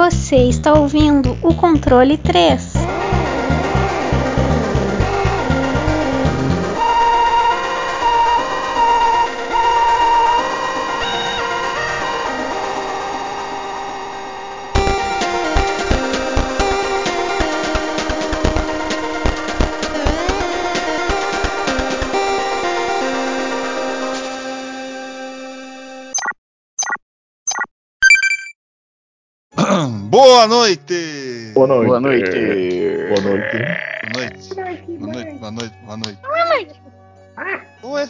Você está ouvindo o Controle 3. Boa noite! Boa noite. Boa noite. Boa noite. Boa noite. Ué?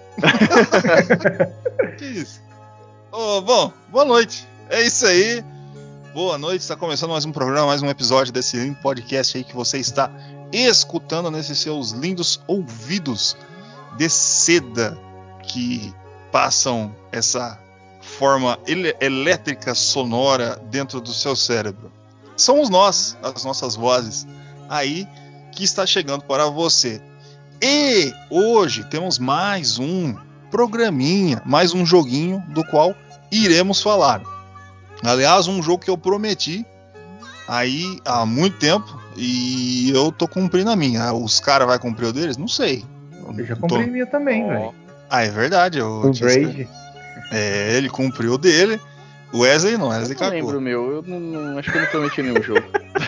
Que isso? Bom, boa noite. É isso aí. Boa noite, está começando mais um programa, mais um episódio desse lindo podcast aí que você está escutando nesses seus lindos ouvidos de seda que passam essa forma elétrica sonora dentro do seu cérebro. Somos nós, as nossas vozes, aí que está chegando para você. E hoje temos mais um programinha, mais um joguinho do qual iremos falar. Aliás, um jogo que eu prometi aí há muito tempo e eu tô cumprindo a minha. Os caras vão cumprir o deles? Não sei. Eu já comprei a minha também, velho. Ah, é verdade. O Braid. Ele cumpriu o dele. O Wesley não, Wesley Eu não cagou. lembro, meu. Eu não acho que eu não prometi nenhum jogo.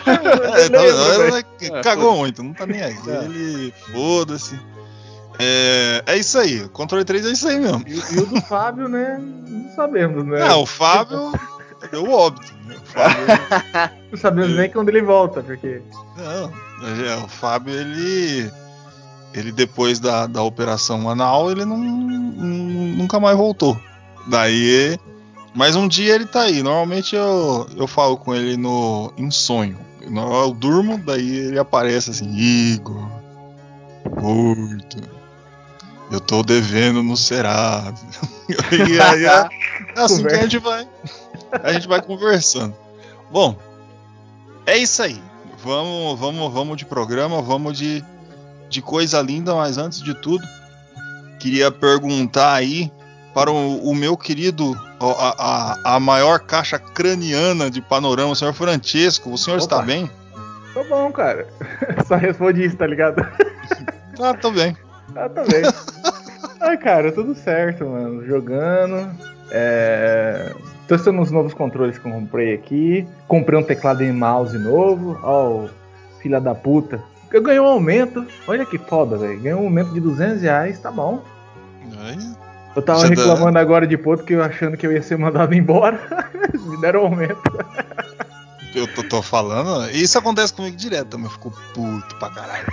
Cagou muito, não tá nem aí. Ele, foda-se. É isso aí, o Controle 3 é isso aí mesmo. E o do Fábio, né? Não sabemos, né? Não, o Fábio deu óbito. O Fábio, não sabemos nem quando ele volta, porque... Não, o Fábio, ele depois da operação anal, ele nunca mais voltou. Daí, mas um dia ele tá aí. Normalmente eu falo com ele em sonho. Eu durmo, daí ele aparece assim: Igor, gordo, eu tô devendo no Serasa. E aí é assim que a gente vai conversando. Bom, é isso aí. Vamos de programa, vamos de coisa linda, mas antes de tudo, queria perguntar aí para o meu querido, a maior caixa craniana de Panorama, o senhor Francesco. O senhor está bem? Tô bom, cara. Só responde isso, tá ligado? Tô bem. Tô bem. Ai, cara, tudo certo, mano. Jogando. Testando os novos controles que eu comprei aqui. Comprei um teclado e mouse novo. Ó, filha da puta. Eu ganhei um aumento. Olha que foda, velho. Ganhei um aumento de R$200, tá bom. Eu tava reclamando agora de ponto que eu achando que eu ia ser mandado embora. Me deram um aumento. Eu tô falando. Isso acontece comigo direto também. Eu fico puto pra caralho.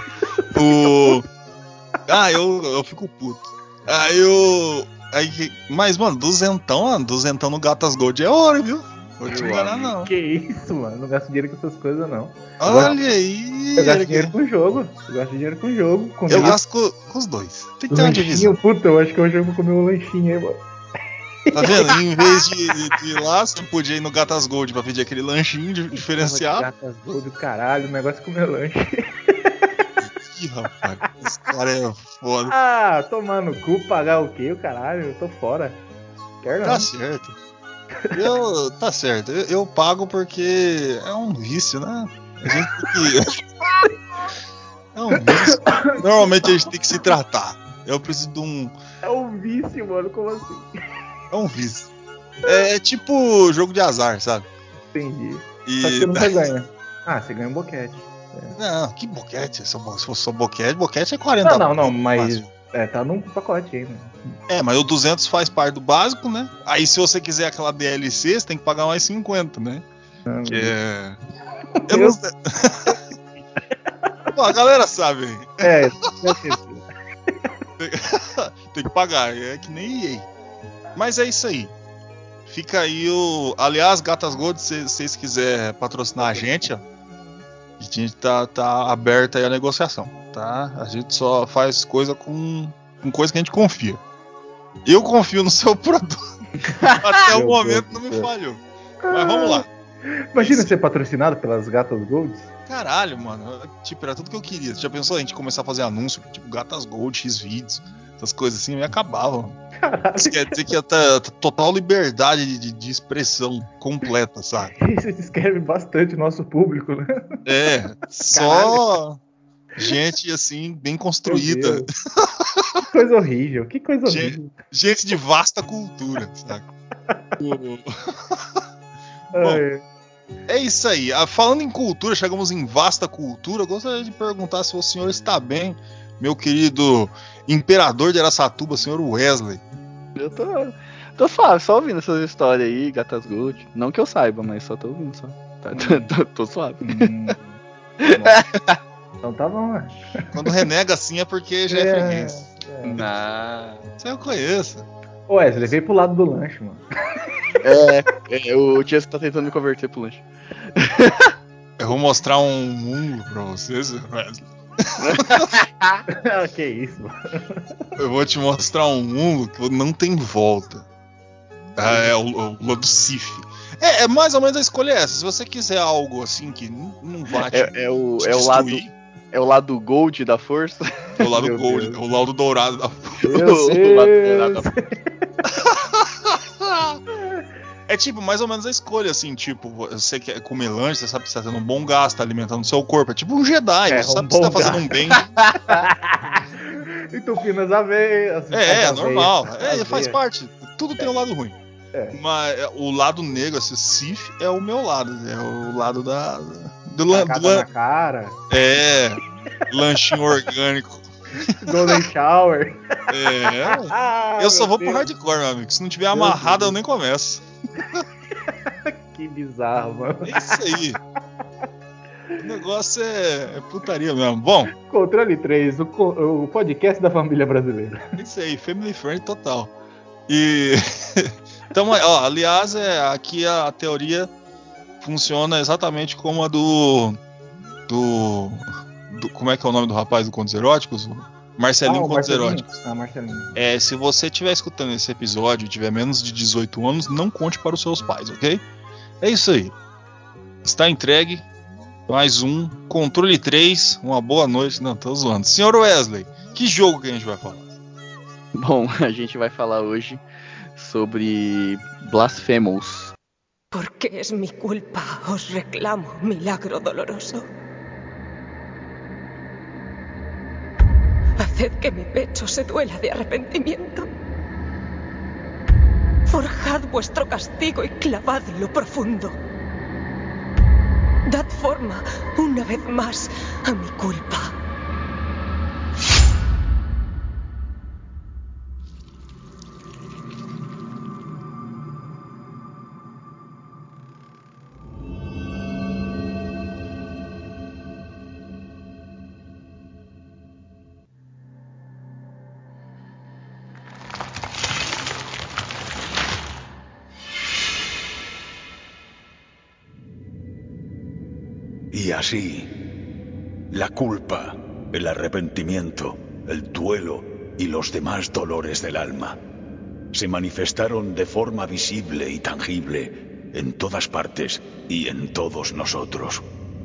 Eu fico puto. Mas, mano, duzentão no Gatas Gold é ouro, viu? Vou te enganar, não. Que isso, mano. Não gasto dinheiro com essas coisas, não. Olha aí. Eu gasto dinheiro com jogo. Eu gasto com os dois. Tem que ter uma divisão. Puta, eu acho que hoje eu vou comer um lanchinho aí, mano. Tá vendo? Em vez de ir lá, você podia ir no Gatas Gold pra pedir aquele lanchinho diferenciado. Gatas Gold, caralho, o negócio é comer lanche. Ih, rapaz, esse cara é foda. Tomar no cu, pagar o quê, o caralho? Eu tô fora. Quero não. Tá certo. Tá certo. Eu pago porque é um vício, né? A gente tem que... É um vício. Normalmente a gente tem que se tratar. Eu preciso de um... É um vício, mano, como assim? É um vício. É tipo jogo de azar, sabe? Entendi. Só que você nunca ganha. Você ganha um boquete. Não, que boquete? Se fosse boquete é 40. Não, mas tá num pacote aí, mano. Mas o 200 faz parte do básico, né? Aí se você quiser aquela DLC, você tem que pagar mais 50, né? Que é... Eu não sei. Pô, a galera sabe. Tem que pagar, é que nem EA. Mas é isso aí. Fica aí Aliás, Gatas Gold, se vocês quiserem patrocinar a gente, ó, a gente tá aberto aí a negociação, tá? A gente só faz coisa com coisa que a gente confia. Eu confio no seu produto. Até o momento não me falhou. Mas vamos lá. Imagina ser patrocinado pelas Gatas Gold. Caralho, mano. Tipo, era tudo que eu queria. Você já pensou a gente começar a fazer anúncio, tipo Gatas Gold, X-Vídeos, essas coisas assim, me acabavam. Caralho. Isso quer dizer que ia ter total liberdade de expressão completa, sabe? Isso descreve bastante o nosso público, né? É, só gente assim, bem Meu construída. Deus. Que coisa horrível, que coisa horrível. Gente de vasta cultura, sabe? Bom, Ai, é isso aí. Falando em cultura, chegamos em vasta cultura. Eu gostaria de perguntar se o senhor está bem, meu querido imperador de Araçatuba, senhor Wesley. Eu tô suave, só ouvindo essas histórias aí, Gatas Gold. Não que eu saiba, mas só tô ouvindo só. Tô suave. Bom. Então tá bom, né? Quando renega assim é porque já é freguês. Nah. Isso eu conheço. Ô, Wesley, veio pro lado do lanche, mano. O Tias tá tentando me converter pro lanche. Eu vou mostrar um mundo pra vocês, Wesley. Que isso, mano. Eu vou te mostrar um mundo que não tem volta. É o lado Sif. É mais ou menos a escolha é essa. Se você quiser algo assim que não vai te destruir, é o lado gold da força. é o lado Meu gold, Deus. é o lado dourado da força. Meu O lado dourado Deus. da força. É tipo, mais ou menos a escolha, assim, tipo, você quer comer lanche, você sabe que você tá tendo um bom gasto, tá alimentando o seu corpo. É tipo um Jedi, É, você um sabe que você tá bom fazendo um bem. Entupindo as aveias. É normal. As Faz veias. parte. Tudo tem um lado ruim. É. Mas o lado negro, esse Sith, é o meu lado. É o lado Tacada na cara. Lanchinho orgânico. Golden Shower. Eu só vou Deus. pro hardcore, meu amigo. Se não tiver amarrado, Deus. eu nem começo. Que bizarro, mano. É isso aí. O negócio é putaria mesmo. Bom, Controle 3, o podcast da família brasileira. é isso aí, family friend total. E então, ó, aliás, aqui a teoria funciona exatamente como a do como é que é o nome do rapaz do Contos Eróticos? O Marcelinho o Contos Marcelinho? Eróticos. Marcelinho. Se você estiver escutando esse episódio e tiver menos de 18 anos, não conte para os seus pais, ok? É isso aí. Está entregue. Mais um Controle 3. Uma boa noite. Não, tô zoando. Senhor Wesley, que jogo que a gente vai falar? Bom, a gente vai falar hoje sobre Blasphemous. Porque es mi culpa, os reclamo, milagro doloroso. Haced que mi pecho se duela de arrepentimiento. Forjad vuestro castigo y clavadlo profundo. Dad forma, una vez más, a mi culpa. Y así, la culpa, el arrepentimiento, el duelo y los demás dolores del alma se manifestaron de forma visible y tangible en todas partes y en todos nosotros.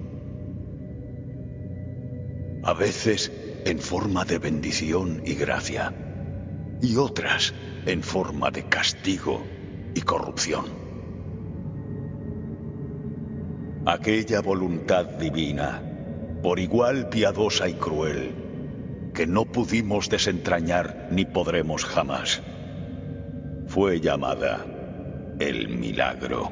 A veces en forma de bendición y gracia, y otras en forma de castigo y corrupción. Aquella voluntad divina, por igual piadosa y cruel, que no pudimos desentrañar ni podremos jamás, fue llamada el milagro.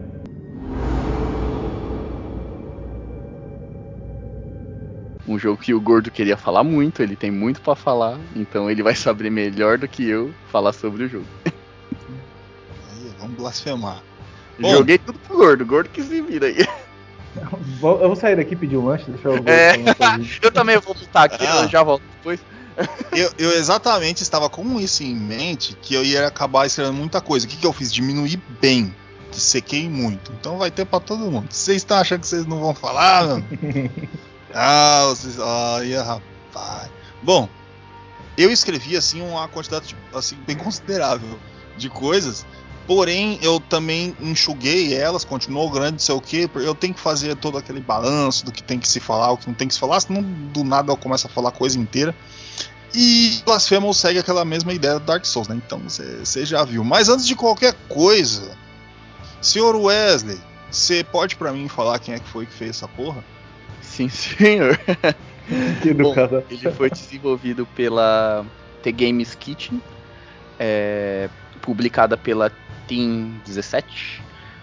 Um jogo que o Gordo queria falar muito, ele tem muito pra falar, então ele vai saber melhor do que eu falar sobre o jogo. Aí, vamos blasfemar. Bom, Joguei tudo pro Gordo, o Gordo que se vira aí. Eu vou sair daqui e pedir um lanche, deixa eu Eu também vou botar aqui, eu já volto depois. Eu exatamente estava com isso em mente, que eu ia acabar escrevendo muita coisa. O que eu fiz? Diminuir bem. Sequei muito. Então vai ter pra todo mundo. Vocês estão achando que vocês não vão falar, mano? Vocês. Olha, rapaz. Bom, eu escrevi assim uma quantidade assim, bem considerável de coisas. Porém, eu também enxuguei elas, continuou grande, não sei o que. Eu tenho que fazer todo aquele balanço do que tem que se falar, o que não tem que se falar, senão do nada eu começo a falar a coisa inteira. E Blasphemous segue aquela mesma ideia do Dark Souls, né? Então você já viu. Mas antes de qualquer coisa, Sr. Wesley, você pode pra mim falar quem é que foi que fez essa porra? Sim, senhor. Que Bom, educado. ele foi desenvolvido pela The Games Kitchen, publicada pela Team 17.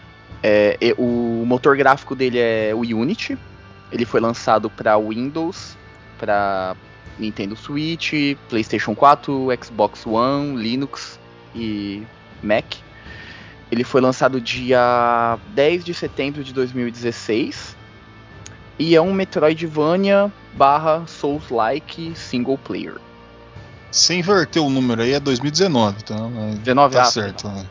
O motor gráfico dele é o Unity. Ele foi lançado para Windows, para Nintendo Switch, PlayStation 4, Xbox One, Linux e Mac. Ele foi lançado dia 10 de setembro de 2016 e é um Metroidvania / Souls-like single player. Você inverteu o número aí, é 2019, então 19, tá certo. Né?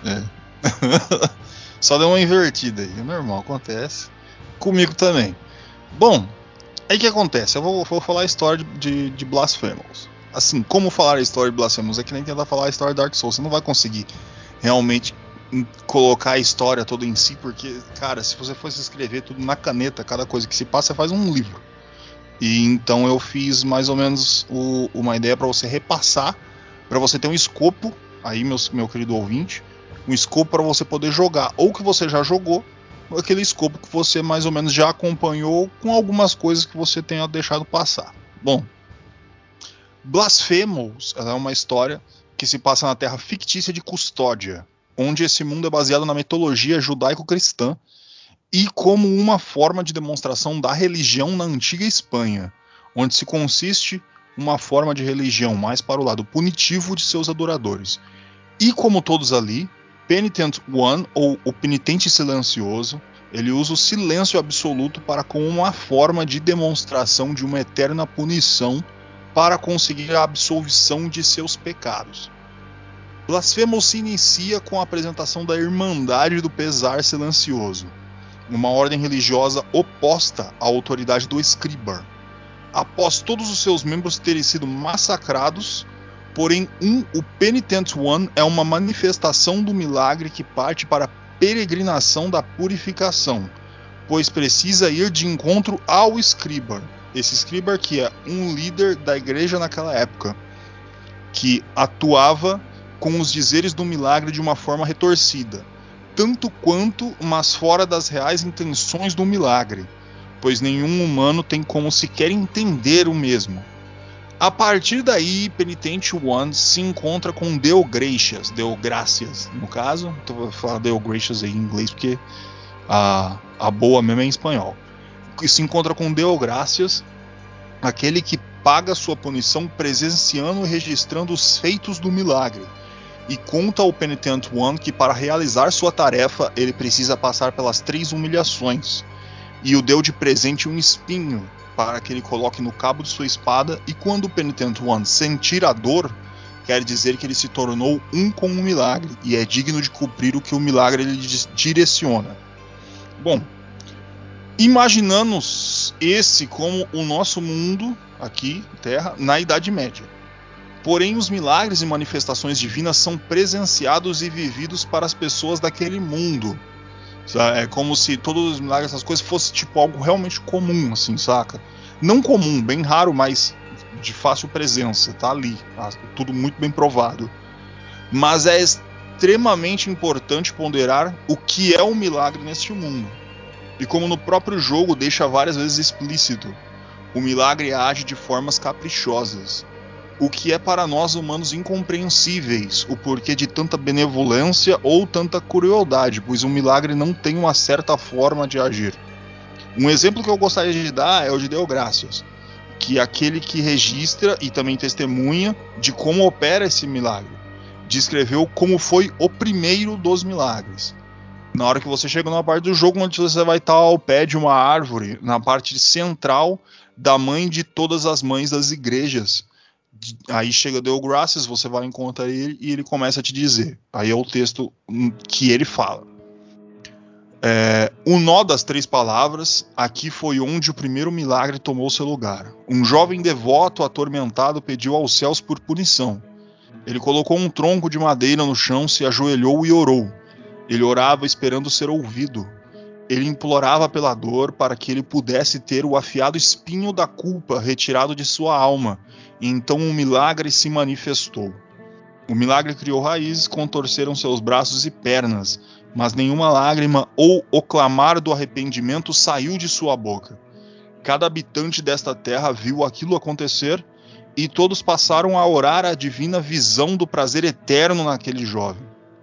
Só deu uma invertida aí, é normal, acontece. Comigo também. Bom, aí o que acontece? Eu vou falar a história de Blasphemous. Assim, como falar a história de Blasphemous é que nem tentar falar a história de Dark Souls. Você não vai conseguir realmente colocar a história toda em si, porque, cara, se você fosse escrever tudo na caneta, cada coisa que se passa, você faz um livro. E então eu fiz mais ou menos uma ideia para você repassar, para você ter um escopo, aí meu querido ouvinte, um escopo para você poder jogar, ou que você já jogou, ou aquele escopo que você mais ou menos já acompanhou, com algumas coisas que você tenha deixado passar. Bom, Blasphemous é uma história que se passa na terra fictícia de Custódia, onde esse mundo é baseado na mitologia judaico-cristã e como uma forma de demonstração da religião na antiga Espanha, onde se consiste uma forma de religião mais para o lado punitivo de seus adoradores. E como todos ali, Penitent One, ou o Penitente Silencioso, ele usa o silêncio absoluto para como uma forma de demonstração de uma eterna punição para conseguir a absolvição de seus pecados. Blasphemous se inicia com a apresentação da Irmandade do Pesar Silencioso, uma ordem religiosa oposta à autoridade do Scribar. Após todos os seus membros terem sido massacrados, porém o Penitent One é uma manifestação do milagre que parte para a peregrinação da purificação, pois precisa ir de encontro ao Scribar. Esse Scribar que é um líder da igreja naquela época, que atuava com os dizeres do milagre de uma forma retorcida, tanto quanto, mas fora das reais intenções do milagre, pois nenhum humano tem como sequer entender o mesmo. A partir daí, Penitente One se encontra com Deo Gracias, no caso, então vou falar Deo Gracias aí em inglês porque a boa mesmo é em espanhol. Se encontra com Deo Gracias, aquele que paga sua punição presenciando e registrando os feitos do milagre, e conta ao Penitent One que para realizar sua tarefa ele precisa passar pelas 3 humilhações, e o deu de presente um espinho para que ele coloque no cabo de sua espada, e quando o Penitent One sentir a dor, quer dizer que ele se tornou um com o milagre e é digno de cumprir o que o milagre lhe direciona. Bom, imaginamos esse como o nosso mundo aqui, Terra, na Idade Média. Porém, os milagres e manifestações divinas são presenciados e vividos para as pessoas daquele mundo. É como se todos os milagres, essas coisas, fosse tipo algo realmente comum, assim, saca? Não comum, bem raro, mas de fácil presença, tá ali, tudo muito bem provado. Mas é extremamente importante ponderar o que é um milagre neste mundo. E como no próprio jogo deixa várias vezes explícito, o milagre age de formas caprichosas, o que é para nós humanos incompreensíveis, o porquê de tanta benevolência ou tanta crueldade, pois um milagre não tem uma certa forma de agir. Um exemplo que eu gostaria de dar é o de Deo Gracias, que é aquele que registra e também testemunha de como opera esse milagre. Descreveu como foi o primeiro dos milagres. Na hora que você chega numa parte do jogo onde você vai estar ao pé de uma árvore, na parte central da mãe de todas as mães das igrejas. Aí chega Deo Gracias, você vai encontrar ele e ele começa a te dizer. Aí é o texto que ele fala. O nó das 3 palavras, aqui foi onde o primeiro milagre tomou seu lugar. Um jovem devoto atormentado pediu aos céus por punição. Ele colocou um tronco de madeira no chão, se ajoelhou e orou. Ele orava esperando ser ouvido. ele implorava pela dor para que ele pudesse ter o afiado espinho da culpa retirado de sua alma, e então um milagre se manifestou. O milagre criou raízes, contorceram seus braços e pernas, mas nenhuma lágrima ou o clamar do arrependimento saiu de sua boca. Cada habitante desta terra viu aquilo acontecer, e todos passaram a orar a divina visão do prazer eterno naquele jovem.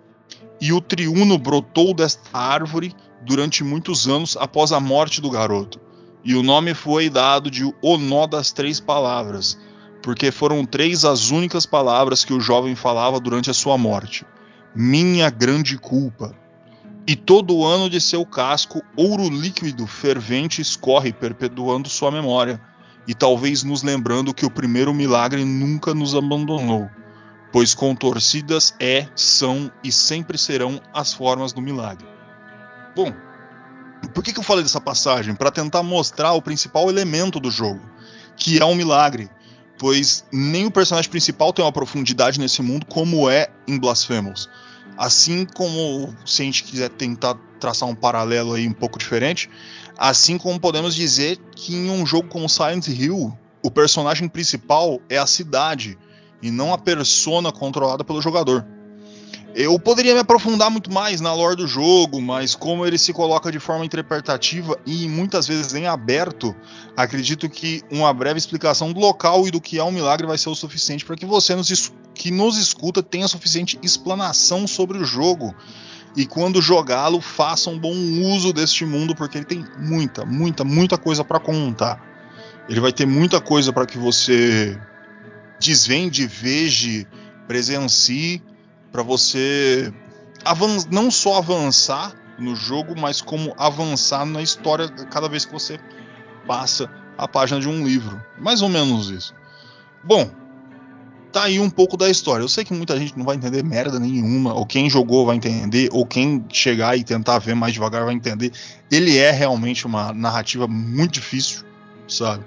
E o triuno brotou desta árvore durante muitos anos após a morte do garoto, e o nome foi dado de O Nó das Três Palavras, porque foram 3 as únicas palavras que o jovem falava durante a sua morte: minha grande culpa. E todo ano de seu casco, ouro líquido fervente escorre, perpetuando sua memória, e talvez nos lembrando que o primeiro milagre nunca nos abandonou, pois contorcidas são e sempre serão as formas do milagre. Bom, por que eu falei dessa passagem? Para tentar mostrar o principal elemento do jogo, que é um milagre, pois nem o personagem principal tem uma profundidade nesse mundo como é em Blasphemous. Assim como, se a gente quiser tentar traçar um paralelo aí um pouco diferente, assim como podemos dizer que em um jogo como Silent Hill, o personagem principal é a cidade e não a persona controlada pelo jogador. Eu poderia me aprofundar muito mais na lore do jogo, mas como ele se coloca de forma interpretativa e muitas vezes em aberto, acredito que uma breve explicação do local e do que é um milagre vai ser o suficiente para que você que nos escuta tenha suficiente explanação sobre o jogo, e quando jogá-lo faça um bom uso deste mundo, porque ele tem muita coisa para contar. Ele vai ter muita coisa para que você desvende, veja, presencie, para você não só avançar no jogo, mas como avançar na história cada vez que você passa a página de um livro. Mais ou menos isso. Bom, tá aí um pouco da história. Eu sei que muita gente não vai entender merda nenhuma, ou quem jogou vai entender, ou quem chegar e tentar ver mais devagar vai entender. Ele é realmente uma narrativa muito difícil, sabe?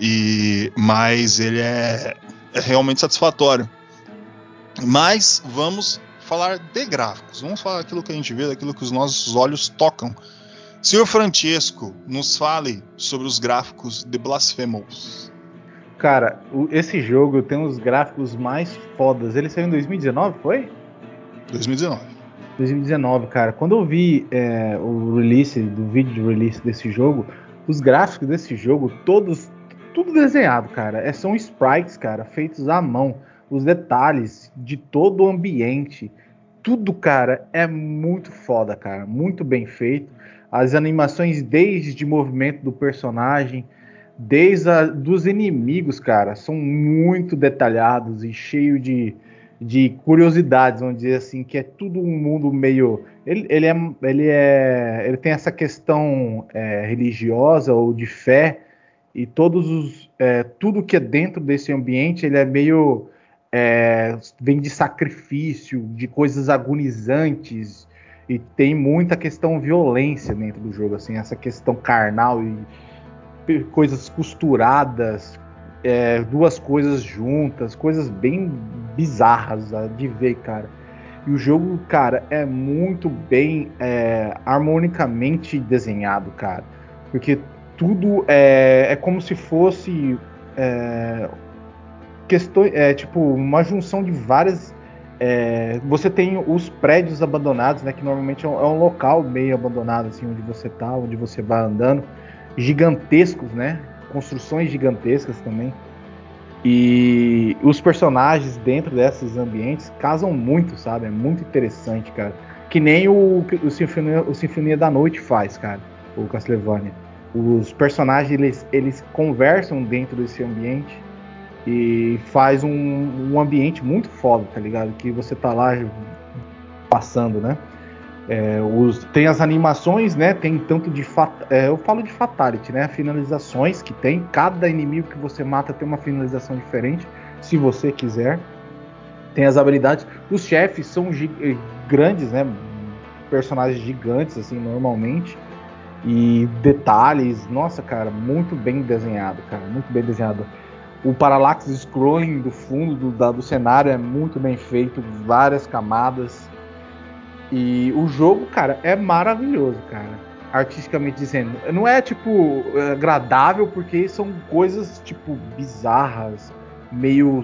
Mas ele é realmente satisfatório. Mas vamos falar de gráficos. Vamos falar daquilo que a gente vê, daquilo que os nossos olhos tocam. Senhor Francesco, nos fale sobre os gráficos de Blasphemous. Cara, esse jogo tem os gráficos mais fodas. Ele saiu em 2019, foi? 2019. 2019, cara. Quando eu vi o release, do vídeo de release desse jogo, os gráficos desse jogo, tudo desenhado, cara. São sprites, cara, feitos à mão. Os detalhes de todo o ambiente, tudo, cara, é muito foda, cara. Muito bem feito. As animações desde o movimento do personagem, dos inimigos, cara, são muito detalhados e cheio de curiosidades, vamos dizer assim, que é tudo um mundo meio... Ele tem essa questão religiosa ou de fé, e tudo que é dentro desse ambiente, ele é meio... vem de sacrifício, de coisas agonizantes, e tem muita questão violência dentro do jogo, assim, essa questão carnal e coisas costuradas, duas coisas juntas, coisas bem bizarras de ver, cara. E o jogo, cara, é muito bem harmonicamente desenhado, cara. Porque tudo é como se fosse tipo uma junção de várias. Você tem os prédios abandonados, né? Que normalmente é um local meio abandonado, assim, onde você tá, onde você vai andando. Gigantescos, né? Construções gigantescas também. E os personagens dentro desses ambientes casam muito, sabe? É muito interessante, cara. Que nem o Sinfonia da Noite faz, cara. O Castlevania. Os personagens, eles conversam dentro desse ambiente e faz um ambiente muito foda, tá ligado? Que você tá lá passando, né? Tem as animações, né? Tem tanto de eu falo de fatality, né? Finalizações que tem. Cada inimigo que você mata tem uma finalização diferente, se você quiser. Tem as habilidades. Os chefes são grandes, né? Personagens gigantes, assim, normalmente. E detalhes, nossa, cara, muito bem desenhado, cara, muito bem desenhado. O parallax scrolling do fundo do cenário é muito bem feito, várias camadas. E o jogo, cara, é maravilhoso, cara. artisticamente dizendo. Não é, tipo, agradável, porque são coisas, tipo, bizarras, meio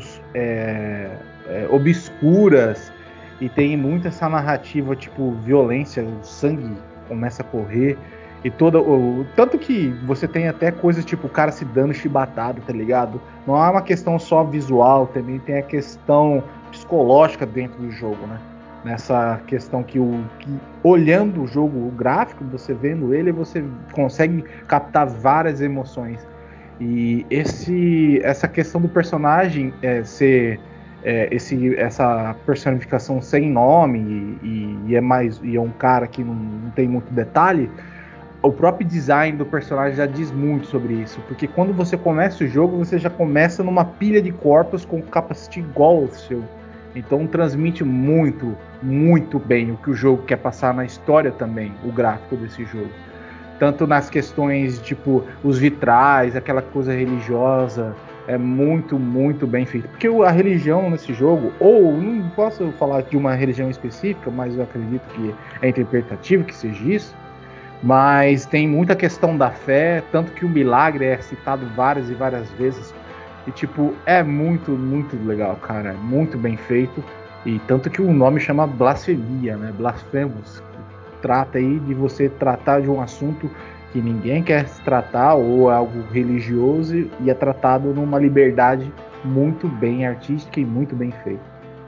obscuras, e tem muito essa narrativa, tipo, violência, o sangue começa a correr, e tanto que você tem até coisas tipo o cara se dando chibatada, tá ligado? Não é uma questão só visual, também tem a questão psicológica dentro do jogo, né? Nessa questão que olhando o jogo, o gráfico, você vendo ele, você consegue captar várias emoções. E essa questão do personagem ser essa personificação sem nome e é um cara que não tem muito detalhe, o próprio design do personagem já diz muito sobre isso, porque quando você começa o jogo, você já começa numa pilha de corpos com capacete igual ao seu. Então transmite muito, muito bem o que o jogo quer passar na história também, o gráfico desse jogo. Tanto nas questões, tipo, os vitrais, aquela coisa religiosa, é muito, muito bem feito. Porque a religião nesse jogo, ou não posso falar de uma religião específica, mas eu acredito que é interpretativo que seja isso, mas tem muita questão da fé, tanto que o milagre é citado várias e várias vezes. E, tipo, é muito, muito legal, cara. É muito bem feito. E tanto que o nome chama blasfemia, né? Blasphemous. Trata aí de você tratar de um assunto que ninguém quer se tratar, ou é algo religioso, e é tratado numa liberdade muito bem artística e muito bem feita.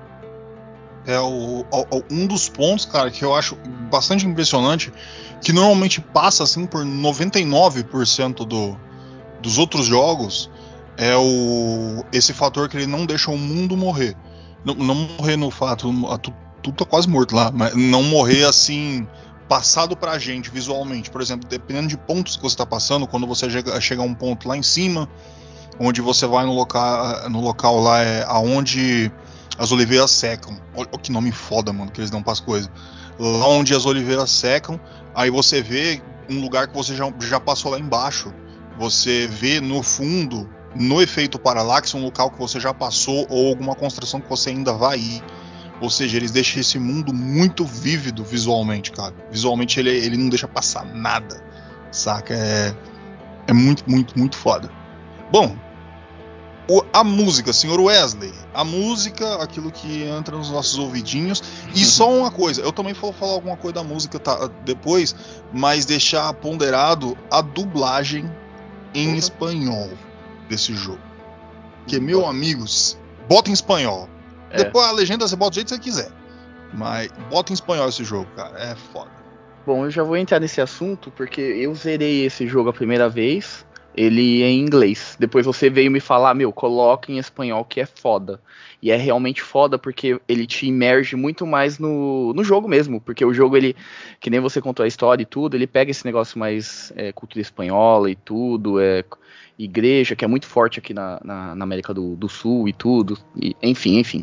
Um dos pontos, cara, que eu acho bastante impressionante, que normalmente passa assim por 99% dos outros jogos, é esse fator que ele não deixa o mundo morrer. Não morrer no fato, tudo tá quase morto lá, mas não morrer assim, passado pra gente visualmente. Por exemplo, dependendo de pontos que você tá passando, quando você chega a um ponto lá em cima, onde você vai no local lá aonde as oliveiras secam. Olha que nome foda, mano, que eles dão pras coisas. Lá onde as oliveiras secam, aí você vê um lugar que você já passou lá embaixo. Você vê no fundo, no efeito paralaxe, um local que você já passou ou alguma construção que você ainda vai ir. Ou seja, eles deixam esse mundo muito vívido visualmente, cara. Visualmente ele não deixa passar nada, saca? É muito, muito, muito foda. Bom, a música, senhor Wesley, a música, aquilo que entra nos nossos ouvidinhos. E só uma coisa, eu também vou falar alguma coisa da música depois, mas deixar ponderado a dublagem em espanhol desse jogo. Que, meu amigos, bota em espanhol. Depois a legenda você bota do jeito que você quiser, mas bota em espanhol esse jogo, cara, é foda. Bom, eu já vou entrar nesse assunto porque eu zerei esse jogo a primeira vez, ele é em inglês. Depois você veio me falar, coloca em espanhol que é foda. E é realmente foda porque ele te imerge muito mais no jogo mesmo. Porque o jogo, ele, que nem você contou a história e tudo, ele pega esse negócio mais cultura espanhola e tudo, igreja, que é muito forte aqui na América do Sul e tudo. E, enfim.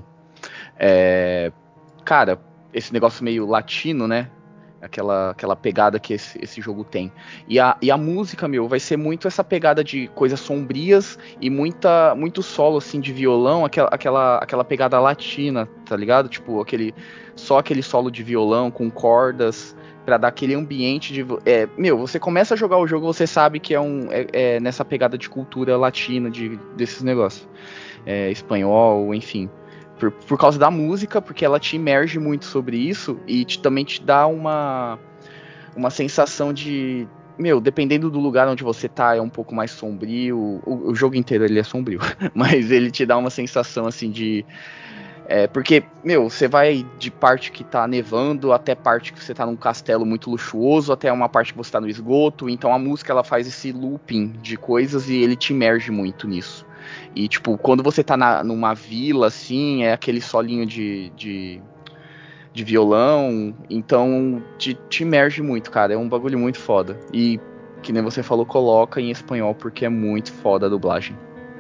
Cara, esse negócio meio latino, né? Aquela pegada que esse jogo tem. E a música, vai ser muito essa pegada de coisas sombrias e muito solo, assim, de violão, aquela pegada latina, tá ligado? Tipo, só aquele solo de violão com cordas pra dar aquele ambiente de... você começa a jogar o jogo, você sabe que é nessa pegada de cultura latina, desses negócios. Espanhol, enfim. Por causa da música, porque ela te imerge muito sobre isso e também te dá uma sensação de... dependendo do lugar onde você tá, é um pouco mais sombrio. O jogo inteiro ele é sombrio, mas ele te dá uma sensação assim de... porque, você vai de parte que tá nevando até parte que você tá num castelo muito luxuoso, até uma parte que você tá no esgoto. Então a música ela faz esse looping de coisas e ele te imerge muito nisso. E, tipo, quando você tá numa vila, assim, é aquele solinho de violão, então te imerge muito, cara. É um bagulho muito foda. E, que nem você falou, coloca em espanhol, porque é muito foda a dublagem.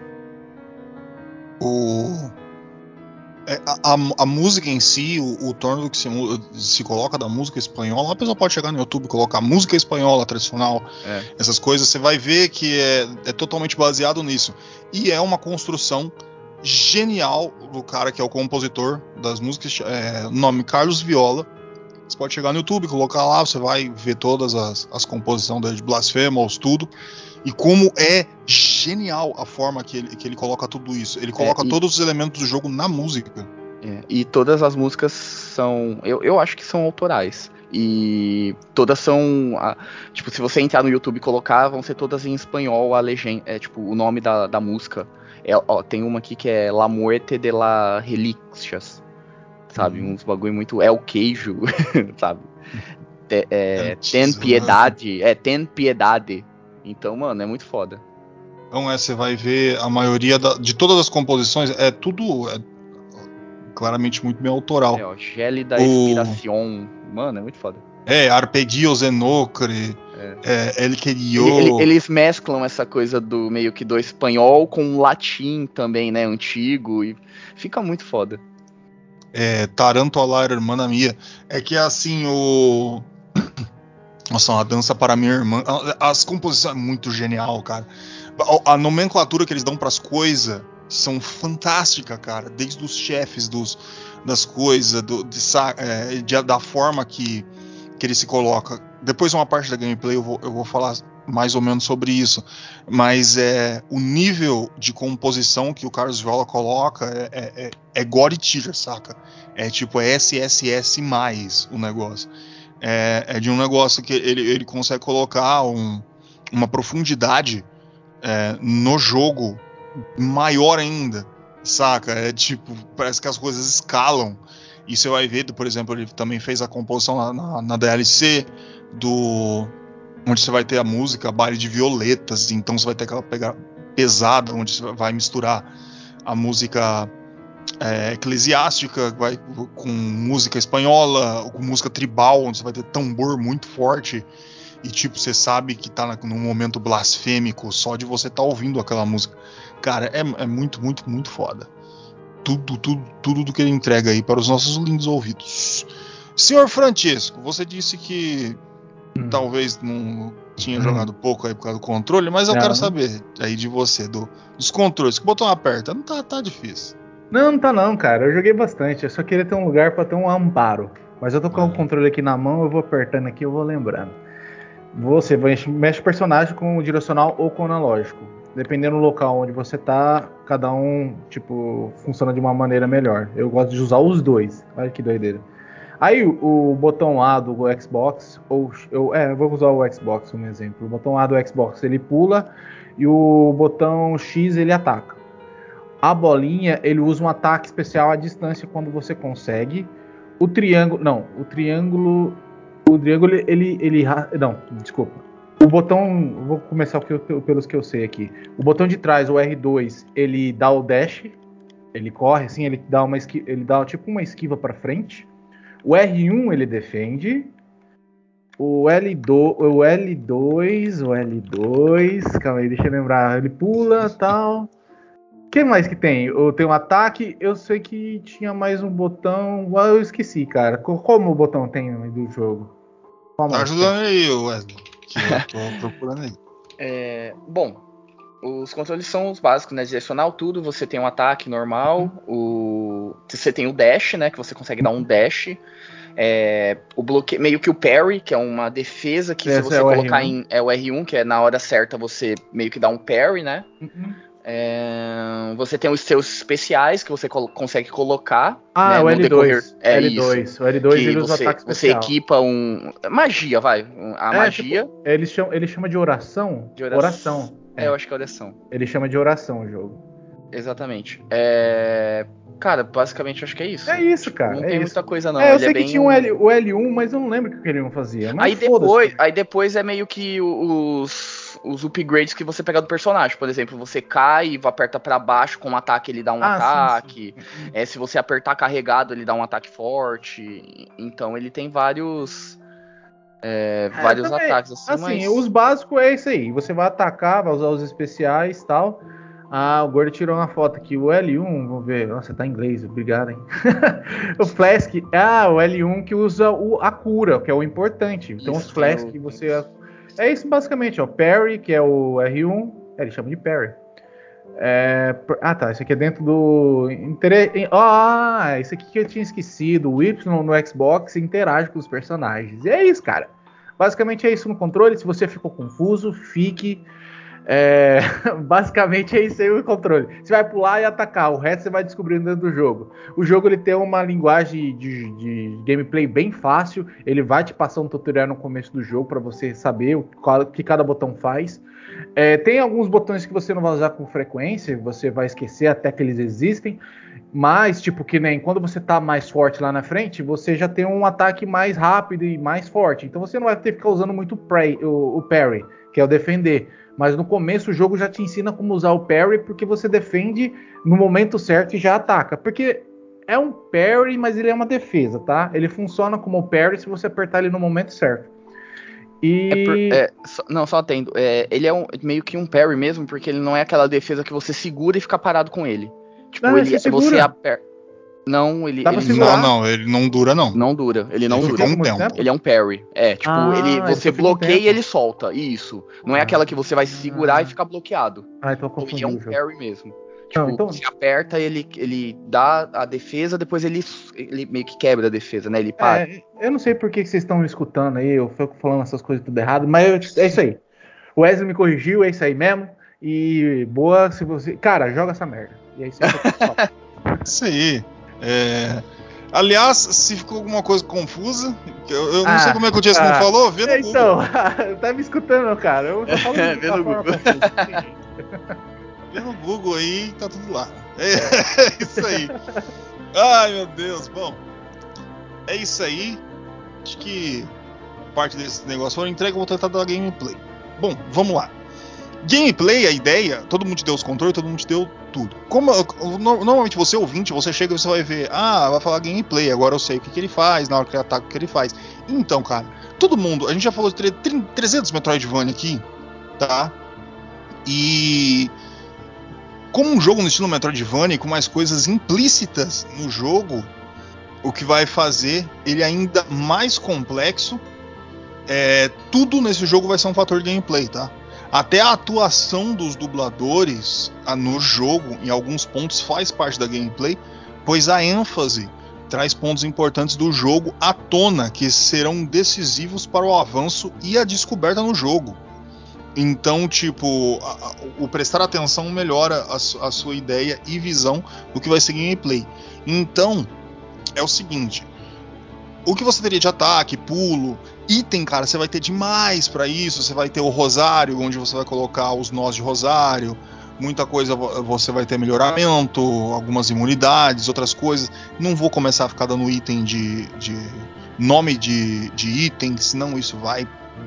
A música em si, o torno que se coloca da música espanhola, a pessoa pode chegar no YouTube e colocar música espanhola tradicional, essas coisas, você vai ver que é totalmente baseado nisso. E é uma construção genial do cara que é o compositor das músicas, nome Carlos Viola. Você pode chegar no YouTube, colocar lá, você vai ver todas as composições de Blasphemous, tudo. E como é genial a forma que ele coloca tudo isso. Ele coloca todos os elementos do jogo na música. E todas as músicas são... Eu acho que são autorais. E todas são... tipo, se você entrar no YouTube e colocar, vão ser todas em espanhol, a legenda... tipo, o nome da música. Tem uma aqui que é La Muerte de la Relíquias. Sabe? Uns bagulho muito... É o queijo, sabe? Ten piedade. Ten piedade. Então, mano, é muito foda. Então, você vai ver a maioria de todas as composições, tudo claramente muito bem autoral. Gélida Inspiración. Mano, é muito foda. Arpeggios Enocre, El Querio. Eles mesclam essa coisa do meio que do espanhol com o latim também, né? Antigo. E fica muito foda. Taranto Alar, Hermana Mia. É que assim, Nossa, uma dança para minha irmã. As composições é muito genial, cara. A nomenclatura que eles dão pras coisas são fantásticas, cara. Desde os chefes das coisas, da forma que ele se coloca. Depois, uma parte da gameplay, eu vou falar mais ou menos sobre isso. Mas o nível de composição que o Carlos Viola coloca é God Tier, saca? É tipo SSS mais o negócio. É de um negócio que ele consegue colocar uma profundidade no jogo maior ainda, saca? Parece que as coisas escalam. E você vai ver, por exemplo, ele também fez a composição na DLC onde você vai ter a música Baile de Violetas, então você vai ter aquela pegada pesada, onde você vai misturar a música eclesiástica, com música espanhola, com música tribal, onde você vai ter tambor muito forte, e tipo, você sabe que tá num momento blasfêmico só de você tá ouvindo aquela música. Cara, é muito, muito, muito foda. Tudo do que ele entrega aí para os nossos lindos ouvidos. Senhor Francisco, você disse que talvez não tinha jogado pouco aí por causa do controle, mas eu quero saber aí de você, dos controles. Que botão aperta? Não tá difícil. Não tá não, cara. Eu joguei bastante. Eu só queria ter um lugar pra ter um amparo. Mas eu tô com o controle aqui na mão, eu vou apertando aqui, eu vou lembrando. Você mexe o personagem com o direcional ou com o analógico. Dependendo do local onde você tá, cada um, tipo, funciona de uma maneira melhor. Eu gosto de usar os dois. Olha que doideira. Aí o botão A do Xbox, eu vou usar o Xbox como exemplo. O botão A do Xbox ele pula e o botão X ele ataca. A bolinha, ele usa um ataque especial à distância quando você consegue. O triângulo, não, desculpa. O botão, vou começar pelos que eu sei aqui. O botão de trás, o R2, ele dá o dash, ele corre assim, ele dá tipo uma esquiva para frente. O R1 ele defende. O L2, calma aí, deixa eu lembrar. Ele pula, tal. O que mais que tem? Tem um ataque, eu sei que tinha mais um botão. Eu esqueci, cara. Como o botão tem do jogo? Tá ajudando aí, Wesley. Que eu tô procurando aí. Bom, os controles são os básicos, né? Direcional, tudo. Você tem um ataque normal. Você tem o dash, né? Que você consegue dar um dash. O bloqueio, meio que o parry, que é uma defesa que se você colocar R1. É o R1, que é na hora certa você meio que dá um parry, né? Você tem os seus especiais que você consegue colocar. Né, o no L2. decorrer. Isso. O L2 ele usa ataque especial. Você equipa magia, a magia. Tipo, ele chama de oração? Oração. Eu acho que é oração. Ele chama de oração o jogo. Exatamente. Cara, basicamente acho que é isso. É isso, cara. Não tem muita coisa, não. Eu sei que tinha o L1, mas eu não lembro o que o L1 fazia. Mas aí depois é meio que os upgrades que você pega do personagem. Por exemplo, você cai e aperta pra baixo com um ataque, ele dá um ataque. Sim. Se você apertar carregado, ele dá um ataque forte. Então ele tem vários ataques. Assim, os básicos é isso aí. Você vai atacar, vai usar os especiais e tal. O Gordo tirou uma foto aqui. O L1, vamos ver. Nossa, tá em inglês, obrigado, hein? O Flask, o L1 que usa a cura, que é o importante. Então os Flask que você... É isso basicamente, ó. Parry, que é o R1. Ele chama de parry. Tá. Isso aqui é dentro do. Isso aqui que eu tinha esquecido. O Y no Xbox interage com os personagens. E é isso, cara. Basicamente é isso no controle. Se você ficou confuso, fique. Basicamente é isso aí o controle. Você vai pular e atacar. O resto você vai descobrindo dentro do jogo. O jogo ele tem uma linguagem de gameplay bem fácil. Ele vai te passar um tutorial no começo do jogo para você saber o que cada botão faz. Tem alguns botões que você não vai usar com frequência, você vai esquecer até que eles existem, mas tipo que nem quando você tá mais forte lá na frente, você já tem um ataque mais rápido e mais forte, então você não vai ter que ficar usando muito o parry, que é o defender, mas no começo o jogo já te ensina como usar o parry, porque você defende no momento certo e já ataca, porque é um parry, mas ele é uma defesa, tá? Ele funciona como parry se você apertar ele no momento certo. Só atendo. Ele é meio que um parry mesmo, porque ele não é aquela defesa que você segura e fica parado com ele. Tipo, você aperta. Não, ele não dura, não. Não dura, ele não dura. Um tempo. Ele é um parry. Você bloqueia e ele solta. Isso. Não é aquela que você vai segurar e ficar bloqueado. Então ele é um parry mesmo. Tipo, você aperta, ele dá a defesa, depois ele meio que quebra a defesa, né? Ele para. Eu não sei por que vocês estão me escutando aí, eu fico falando essas coisas tudo errado, mas é isso aí. O Wesley me corrigiu, é isso aí mesmo. E boa, se você... Cara, joga essa merda. E é isso aí que eu falo. Isso aí. Aliás, se ficou alguma coisa confusa, eu não sei como é que o Jason não falou, vê no Google. Então, tá me escutando, cara. Eu só falo vê no Google. Vê no Google aí, tá tudo lá. É isso aí. Ai, meu Deus. Bom, é isso aí. Acho que parte desse negócio foi entregue. Eu vou tentar dar gameplay. Bom, vamos lá. Gameplay, a ideia, todo mundo te deu os controles, todo mundo te deu tudo. Normalmente você ouvinte, você chega e você vai ver, vai falar gameplay, agora eu sei o que ele faz, na hora que ele ataca, o que ele faz. Então, cara, todo mundo, a gente já falou de 300 Metroidvania aqui, tá? E como um jogo no estilo Metroidvania, com mais coisas implícitas no jogo, o que vai fazer ele ainda mais complexo, tudo nesse jogo vai ser um fator de gameplay, tá? Até a atuação dos dubladores no jogo, em alguns pontos, faz parte da gameplay, pois a ênfase traz pontos importantes do jogo à tona, que serão decisivos para o avanço e a descoberta no jogo. Então, tipo, o prestar atenção melhora a sua ideia e visão do que vai ser gameplay. Então, é o seguinte: o que você teria de ataque, pulo, item, cara, você vai ter demais pra isso. Você vai ter o rosário, onde você vai colocar os nós de rosário. Muita coisa você vai ter melhoramento, algumas imunidades, outras coisas. Não vou começar a ficar dando item de nome de item, senão isso vai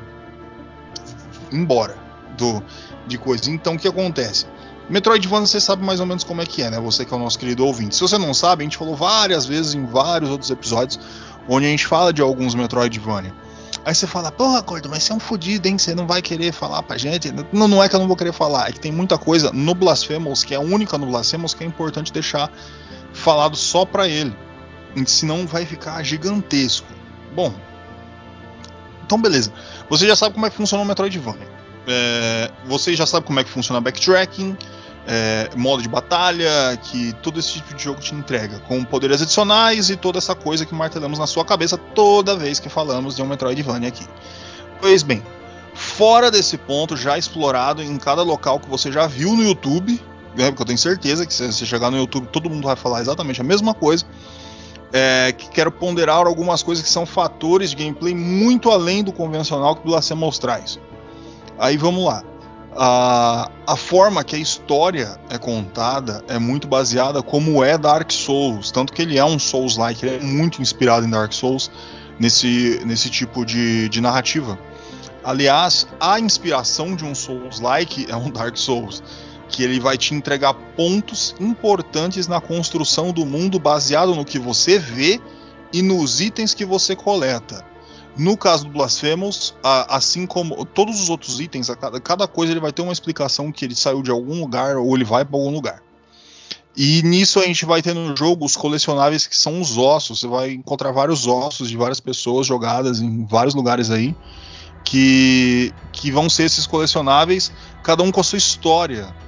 embora de coisa. Então o que acontece? Metroidvania você sabe mais ou menos como é que é, né? Você que é o nosso querido ouvinte. Se você não sabe, a gente falou várias vezes em vários outros episódios onde a gente fala de alguns Metroidvania. Aí você fala, porra, Gordo, mas você é um fodido, hein? Você não vai querer falar pra gente? Não é que eu não vou querer falar, é que tem muita coisa no Blasphemous, que é a única no Blasphemous, que é importante deixar falado só pra ele. Senão vai ficar gigantesco. Bom, então beleza. Você já sabe como é que funciona o Metroidvania. Você já sabe como é que funciona backtracking, modo de batalha, que todo esse tipo de jogo te entrega, com poderes adicionais e toda essa coisa que martelamos na sua cabeça toda vez que falamos de um Metroidvania aqui. Pois bem, fora desse ponto já explorado em cada local que você já viu no YouTube, né, porque eu tenho certeza que se você chegar no YouTube todo mundo vai falar exatamente a mesma coisa, que quero ponderar algumas coisas que são fatores de gameplay muito além do convencional que o Blasphemous traz. Aí vamos lá. A forma que a história é contada é muito baseada como é Dark Souls, tanto que ele é um Souls-like, ele é muito inspirado em Dark Souls nesse tipo de narrativa. Aliás, a inspiração de um Souls-like é um Dark Souls, que ele vai te entregar pontos importantes na construção do mundo baseado no que você vê e nos itens que você coleta. No caso do Blasphemous, assim como todos os outros itens, cada coisa ele vai ter uma explicação que ele saiu de algum lugar ou ele vai para algum lugar. E nisso a gente vai ter no jogo os colecionáveis que são os ossos. Você vai encontrar vários ossos de várias pessoas jogadas em vários lugares aí, que vão ser esses colecionáveis, cada um com a sua história.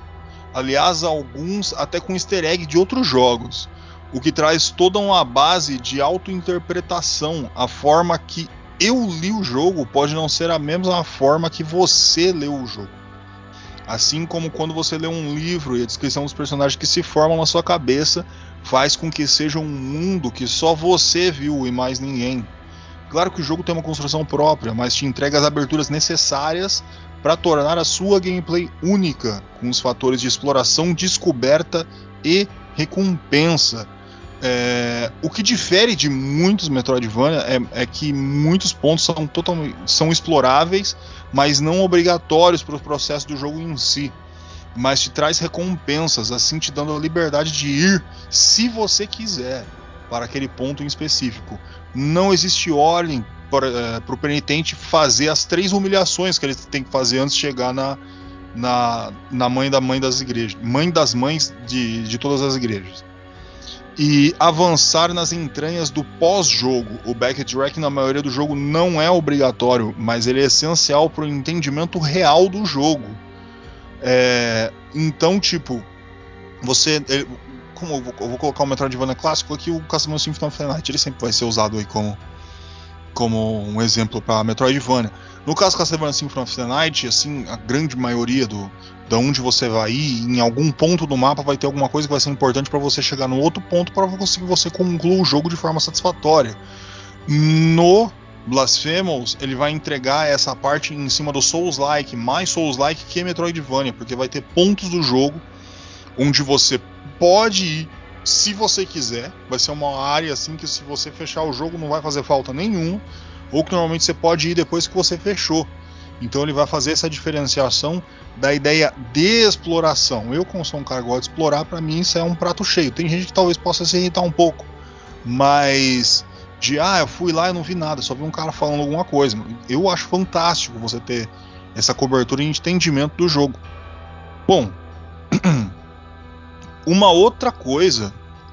Aliás, alguns até com easter egg de outros jogos, o que traz toda uma base de autointerpretação. A forma que eu li o jogo pode não ser a mesma forma que você leu o jogo. Assim como quando você lê um livro e a descrição dos personagens que se formam na sua cabeça faz com que seja um mundo que só você viu e mais ninguém. Claro que o jogo tem uma construção própria, mas te entrega as aberturas necessárias para tornar a sua gameplay única, com os fatores de exploração, descoberta e recompensa. O que difere de muitos Metroidvania é que muitos pontos são exploráveis, mas não obrigatórios para o processo do jogo em si. Mas te traz recompensas, assim te dando a liberdade de ir, se você quiser, para aquele ponto em específico. Não existe ordem para o penitente fazer as 3 humilhações que ele tem que fazer antes de chegar na mãe das igrejas, mãe das mães de todas as igrejas. E avançar nas entranhas do pós-jogo. O backtrack na maioria do jogo não é obrigatório, mas ele é essencial para o entendimento real do jogo. Então, tipo, como eu vou colocar o Metroidvania clássico aqui, o Castlevania Symphony of the Night, ele sempre vai ser usado aí como um exemplo para Metroidvania. No caso do Castlevania Symphony of the Night, assim, a grande maioria da onde você vai ir, em algum ponto do mapa vai ter alguma coisa que vai ser importante para você chegar no outro ponto para você concluir o jogo de forma satisfatória. No Blasphemous, ele vai entregar essa parte em cima do Souls-like, mais Souls-like que Metroidvania, porque vai ter pontos do jogo onde você pode ir se você quiser. Vai ser uma área assim que se você fechar o jogo não vai fazer falta nenhuma, ou que normalmente você pode ir depois que você fechou. Então ele vai fazer essa diferenciação da ideia de exploração. Eu, como sou um cara que gosta de explorar, para mim isso é um prato cheio. Tem gente que talvez possa se irritar um pouco, mas eu fui lá e não vi nada, só vi um cara falando alguma coisa. Eu acho fantástico você ter essa cobertura e entendimento do jogo. Bom, uma outra coisa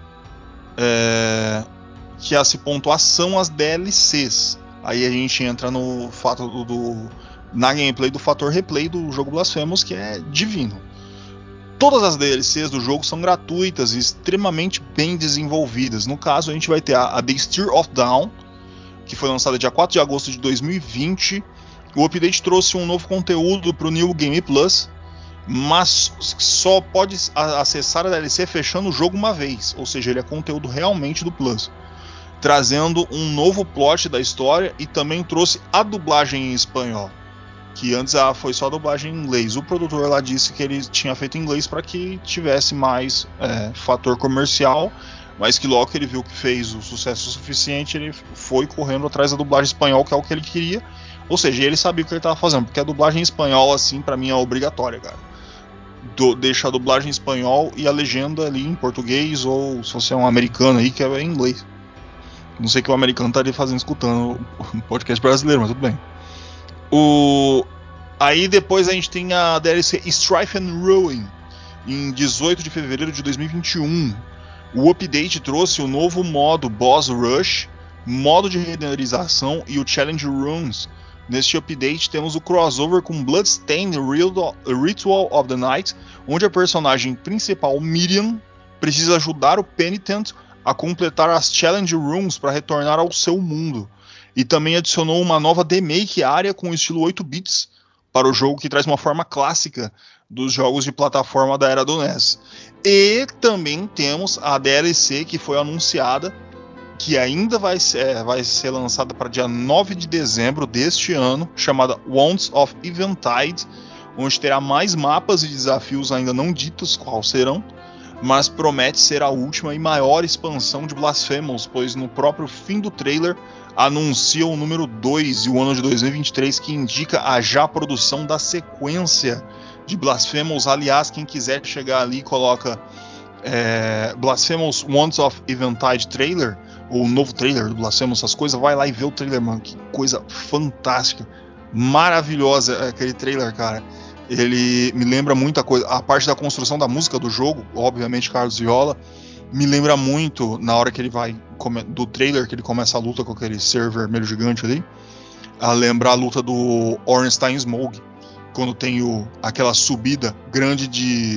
que a se pontuar são as DLCs. Aí a gente entra no fato na gameplay do fator replay do jogo Blasphemous, que é divino. Todas as DLCs do jogo são gratuitas e extremamente bem desenvolvidas. No caso, a gente vai ter a The Steer of Dawn, que foi lançada dia 4 de agosto de 2020. O update trouxe um novo conteúdo para o New Game Plus, mas só pode acessar a DLC fechando o jogo uma vez, ou seja, ele é conteúdo realmente do Plus, trazendo um novo plot da história e também trouxe a dublagem em espanhol, que antes foi só a dublagem em inglês. O produtor lá disse que ele tinha feito em inglês para que tivesse mais fator comercial, mas que logo que ele viu que fez o sucesso suficiente, ele foi correndo atrás da dublagem em espanhol, que é o que ele queria. Ou seja, ele sabia o que ele estava fazendo, porque a dublagem em espanhol, assim, para mim é obrigatória, cara. Deixa a dublagem em espanhol e a legenda ali em português, ou se você é um americano aí, que é em inglês. Não sei o que o americano estaria fazendo escutando o podcast brasileiro, mas tudo bem. Aí depois a gente tem a DLC Strife and Ruin, em 18 de fevereiro de 2021. O update trouxe o novo modo Boss Rush, modo de renderização e o Challenge Runes. Neste update temos o crossover com Bloodstained Ritual of the Night, onde a personagem principal, Miriam, precisa ajudar o Penitent a completar as Challenge Rooms para retornar ao seu mundo. E também adicionou uma nova demake área com estilo 8 bits para o jogo, que traz uma forma clássica dos jogos de plataforma da era do NES. E também temos a DLC que foi anunciada, que ainda vai ser lançada para dia 9 de dezembro deste ano, chamada Wands of Eventide, onde terá mais mapas e desafios ainda não ditos quais serão, mas promete ser a última e maior expansão de Blasphemous, pois no próprio fim do trailer anuncia o número 2 e o ano de 2023, que indica a já produção da sequência de Blasphemous. Aliás, quem quiser chegar ali, coloca Blasphemous Wands of Eventide trailer, ou o novo trailer do Blasphemous, essas coisas, vai lá e vê o trailer, mano, que coisa fantástica, maravilhosa aquele trailer, cara. Ele me lembra muita coisa, a parte da construção da música do jogo, obviamente Carlos Viola, me lembra muito na hora que ele vai do trailer, que ele começa a luta com aquele ser vermelho gigante ali, a lembrar a luta do Ornstein Smough, quando tem aquela subida grande de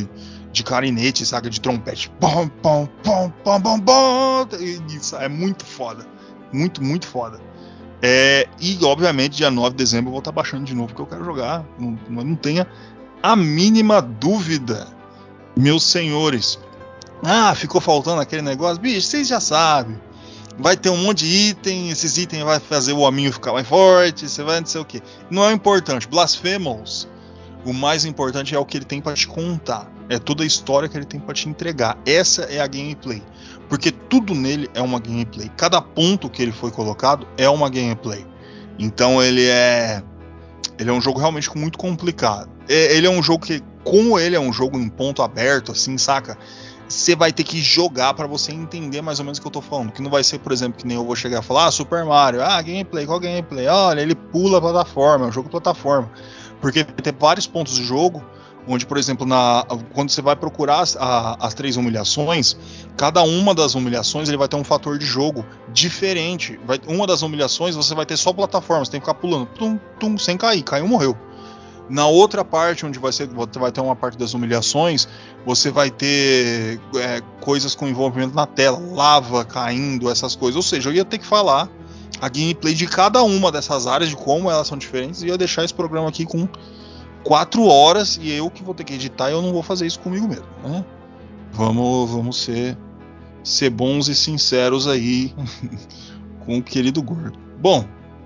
de clarinete, saca? De trompete. Bom, bom, bom, bom, bom, bom. Isso é muito foda. Muito, muito foda. E, obviamente, dia 9 de dezembro eu vou estar baixando de novo, porque eu quero jogar. Não tenha a mínima dúvida, meus senhores. Ficou faltando aquele negócio. Bicho, vocês já sabem. Vai ter um monte de item. Esses itens vai fazer o hominho ficar mais forte. Você vai não sei o que. Não é o importante. Blasphemous, o mais importante é o que ele tem para te contar. É toda a história que ele tem para te entregar. Essa é a gameplay. Porque tudo nele é uma gameplay. Cada ponto que ele foi colocado é uma gameplay. Então ele é um jogo realmente muito complicado. Ele é um jogo que, como ele é um jogo em ponto aberto, assim, saca? Você vai ter que jogar para você entender mais ou menos o que eu tô falando. Que não vai ser, por exemplo, que nem eu vou chegar e falar: Super Mario, gameplay, qual gameplay? Olha, ele pula a plataforma, é um jogo de plataforma. Porque tem vários pontos de jogo onde, por exemplo, quando você vai procurar as 3 humilhações, cada uma das humilhações ele vai ter um fator de jogo diferente. Uma das humilhações você vai ter só plataforma, você tem que ficar pulando, tum, tum, sem cair, caiu, morreu. Na outra parte, onde você vai ter uma parte das humilhações, você vai ter coisas com envolvimento na tela, lava caindo, essas coisas. Ou seja, eu ia ter que falar a gameplay de cada uma dessas áreas, de como elas são diferentes, e ia deixar esse programa aqui com 4 horas, e eu que vou ter que editar, e eu não vou fazer isso comigo mesmo, né? Vamos ser bons e sinceros aí com o querido gordo. Bom,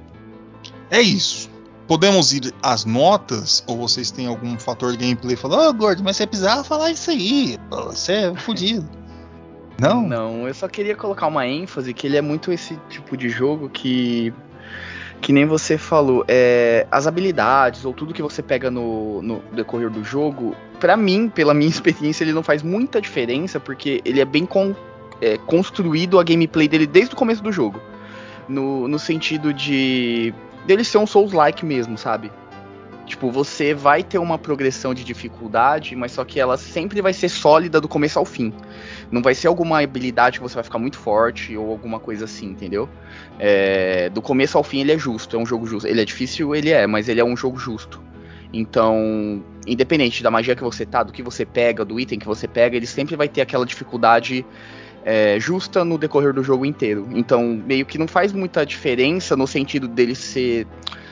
é isso. Podemos ir às notas? Ou vocês têm algum fator de gameplay falando: gordo, mas você precisava falar isso aí, você é fodido. Não, eu só queria colocar uma ênfase que ele é muito esse tipo de jogo que nem você falou, as habilidades ou tudo que você pega no decorrer do jogo, pra mim, pela minha experiência, ele não faz muita diferença, porque ele é bem construído a gameplay dele desde o começo do jogo. No sentido dele ser um Souls-like mesmo, sabe? Tipo, você vai ter uma progressão de dificuldade, mas só que ela sempre vai ser sólida do começo ao fim. Não vai ser alguma habilidade que você vai ficar muito forte ou alguma coisa assim, entendeu? Do começo ao fim ele é justo, é um jogo justo. Ele é difícil, mas ele é um jogo justo. Então, independente da magia que você tá, do que você pega, do item que você pega, ele sempre vai ter aquela dificuldade justa no decorrer do jogo inteiro. Então, meio que não faz muita diferença no sentido dele ser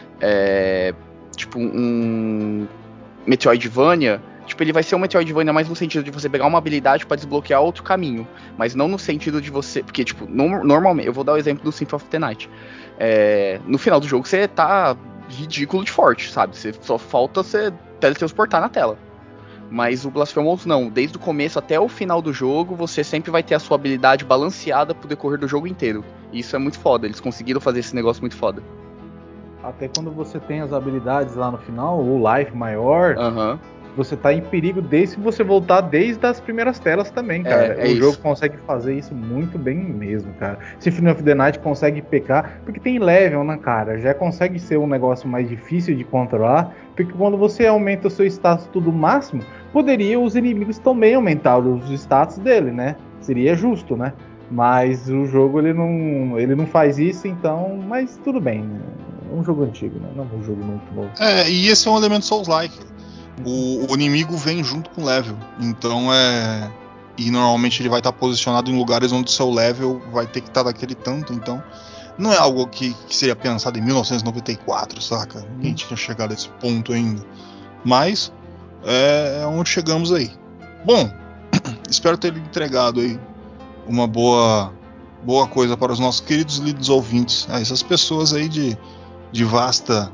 tipo um Metroidvania. Tipo, ele vai ser um Metroidvania mais no sentido de você pegar uma habilidade pra desbloquear outro caminho, mas não no sentido de você... Porque, tipo, normalmente... Eu vou dar o exemplo do Symphony of the Night. No final do jogo, você tá ridículo de forte, sabe? Só falta você teletransportar na tela. Mas o Blasphemous não. Desde o começo até o final do jogo, você sempre vai ter a sua habilidade balanceada pro decorrer do jogo inteiro. E isso é muito foda. Eles conseguiram fazer esse negócio muito foda. Até quando você tem as habilidades lá no final, o life maior, você tá em perigo desde que você voltar desde as primeiras telas também, cara. O jogo consegue fazer isso muito bem mesmo, cara. Symphony of the Night consegue pecar, porque tem level, né, cara? Já consegue ser um negócio mais difícil de controlar, porque quando você aumenta o seu status tudo máximo, poderia os inimigos também aumentar os status dele, né? Seria justo, né? Mas o jogo ele não faz isso, então, mas tudo bem, né? É um jogo antigo, né? Não é um jogo muito novo. E esse é um elemento Souls-like. O inimigo vem junto com o level. Então e normalmente ele vai estar posicionado em lugares onde o seu level vai ter que estar daquele tanto. Então não é algo que seria pensado em 1994, saca? Ninguém tinha chegado a esse ponto ainda. Mas é onde chegamos aí. Bom, espero ter entregado aí uma boa coisa para os nossos queridos líderes ouvintes. Essas pessoas aí de vasta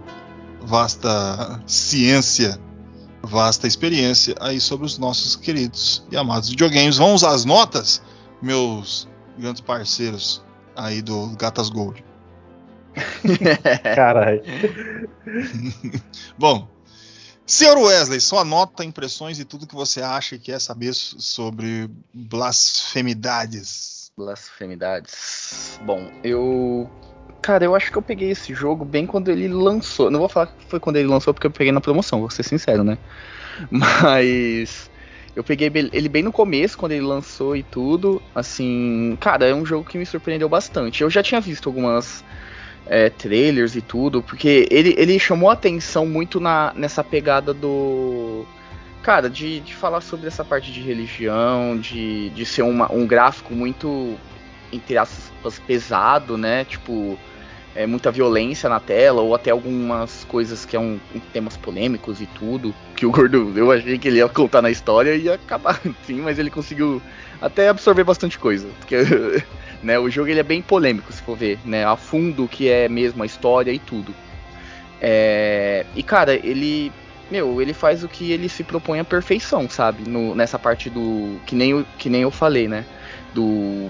ciência, vasta experiência aí sobre os nossos queridos e amados videogames. Vamos às notas, meus grandes parceiros aí do Gatas Gold. Caralho. Bom, senhor Wesley, sua nota, impressões e tudo que você acha e quer saber sobre blasfemidades. Bom, eu acho que eu peguei esse jogo bem quando ele lançou. Não vou falar que foi quando ele lançou, porque eu peguei na promoção, vou ser sincero, né? Mas eu peguei ele bem no começo, quando ele lançou e tudo. Assim, cara, é um jogo que me surpreendeu bastante. Eu já tinha visto algumas trailers e tudo, porque ele chamou a atenção muito nessa pegada do Cara, de falar sobre essa parte de religião, de ser um gráfico muito, entre aspas, pesado, né? Tipo, muita violência na tela, ou até algumas coisas que temas polêmicos e tudo, que o Gordo, eu achei que ele ia contar na história e ia acabar, sim, mas ele conseguiu até absorver bastante coisa, porque né, o jogo ele é bem polêmico, se for ver, né? A fundo o que é mesmo a história e tudo. E cara, ele faz o que ele se propõe à perfeição, sabe? Nessa parte do... Que nem eu falei, né? Do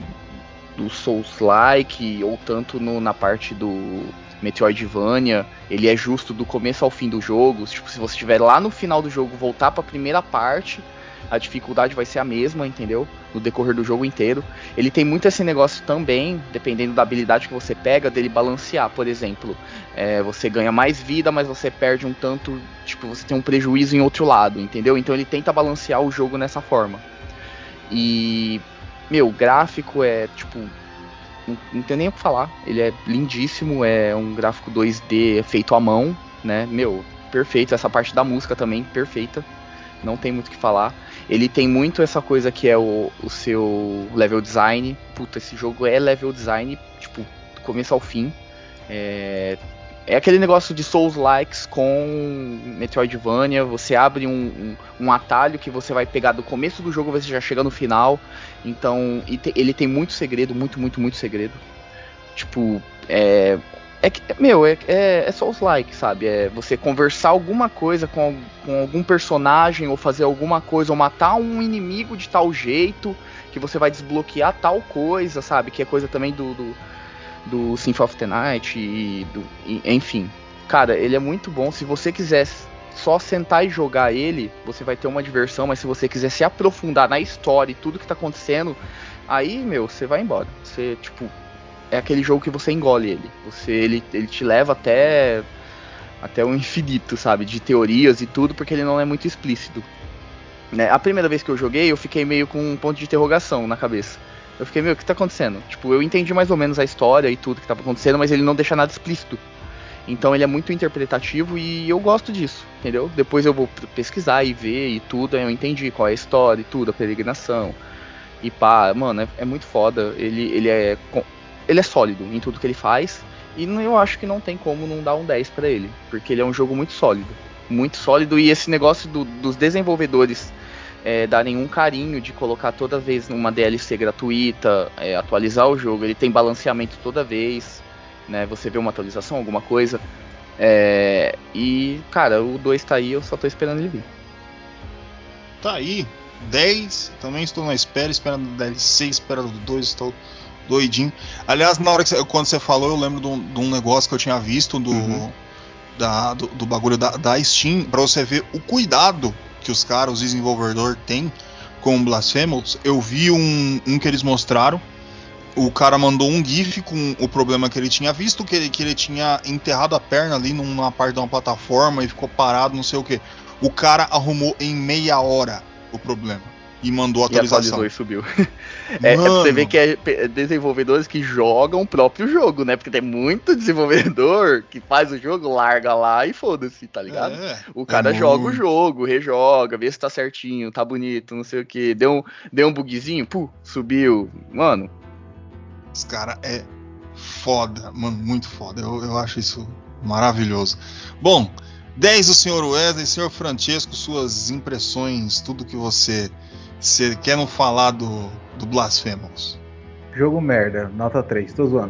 Souls-like, ou tanto na parte do Metroidvania. Ele é justo do começo ao fim do jogo. Tipo, se você estiver lá no final do jogo, voltar pra primeira parte, a dificuldade vai ser a mesma, entendeu? No decorrer do jogo inteiro. Ele tem muito esse negócio também, dependendo da habilidade que você pega, dele balancear. Por exemplo, você ganha mais vida, mas você perde um tanto, tipo, você tem um prejuízo em outro lado, entendeu? Então ele tenta balancear o jogo nessa forma. E, o gráfico é, tipo, não tem nem o que falar. Ele é lindíssimo, é um gráfico 2D feito à mão, né? Perfeito. Essa parte da música também, perfeita. Não tem muito o que falar. Ele tem muito essa coisa que é o seu level design. Puta, esse jogo é level design, tipo, do começo ao fim. É aquele negócio de Souls-likes com Metroidvania. Você abre um atalho que você vai pegar do começo do jogo, você já chega no final. Então, ele tem muito segredo, muito, muito, muito segredo. Tipo, é Souls-like, sabe? É você conversar alguma coisa com algum personagem, ou fazer alguma coisa, ou matar um inimigo de tal jeito, que você vai desbloquear tal coisa, sabe? Que é coisa também do Symphony of the Night enfim. Cara, ele é muito bom. Se você quiser só sentar e jogar ele, você vai ter uma diversão, mas se você quiser se aprofundar na história e tudo que tá acontecendo, aí, você vai embora. Você, tipo, é aquele jogo que você engole ele. Ele te leva até o infinito, sabe? De teorias e tudo, porque ele não é muito explícito. Né? A primeira vez que eu joguei, eu fiquei meio com um ponto de interrogação na cabeça. Eu fiquei, o que tá acontecendo? Tipo, eu entendi mais ou menos a história e tudo que tava acontecendo, mas ele não deixa nada explícito. Então ele é muito interpretativo e eu gosto disso, entendeu? Depois eu vou pesquisar e ver e tudo, aí eu entendi qual é a história e tudo, a peregrinação. E pá, mano, é muito foda. Ele é sólido em tudo que ele faz. E eu acho que não tem como não dar um 10 pra ele. Porque ele é um jogo muito sólido. Muito sólido. E esse negócio dos desenvolvedores darem um carinho de colocar toda vez numa DLC gratuita, atualizar o jogo. Ele tem balanceamento toda vez, né? Você vê uma atualização, alguma coisa. E, cara, o 2 tá aí, eu só tô esperando ele vir. Tá aí, 10. Também estou na espera, esperando o DLC, esperando o 2, estou doidinho. Aliás, na hora quando você falou, eu lembro de um negócio que eu tinha visto do bagulho da Steam, pra você ver o cuidado que os caras, os desenvolvedores, têm com o Blasphemous. Eu vi um que eles mostraram. O cara mandou um GIF com o problema que ele tinha visto, que ele tinha enterrado a perna ali numa parte de uma plataforma e ficou parado, não sei o que. O cara arrumou em meia hora o problema e mandou a atualização. E atualizou e subiu. Pra você ver que é desenvolvedores que jogam o próprio jogo, né? Porque tem muito desenvolvedor que faz o jogo, larga lá e foda-se, tá ligado? O cara joga o jogo, rejoga, vê se tá certinho, tá bonito, não sei o que. Deu um bugzinho, subiu. Mano, esse cara é foda, mano, muito foda. Eu acho isso maravilhoso. Bom, 10 do Sr. Wesley, Sr. Francesco, suas impressões, tudo que você quer não falar do Blasphemous. Jogo merda, nota 3, tô zoando.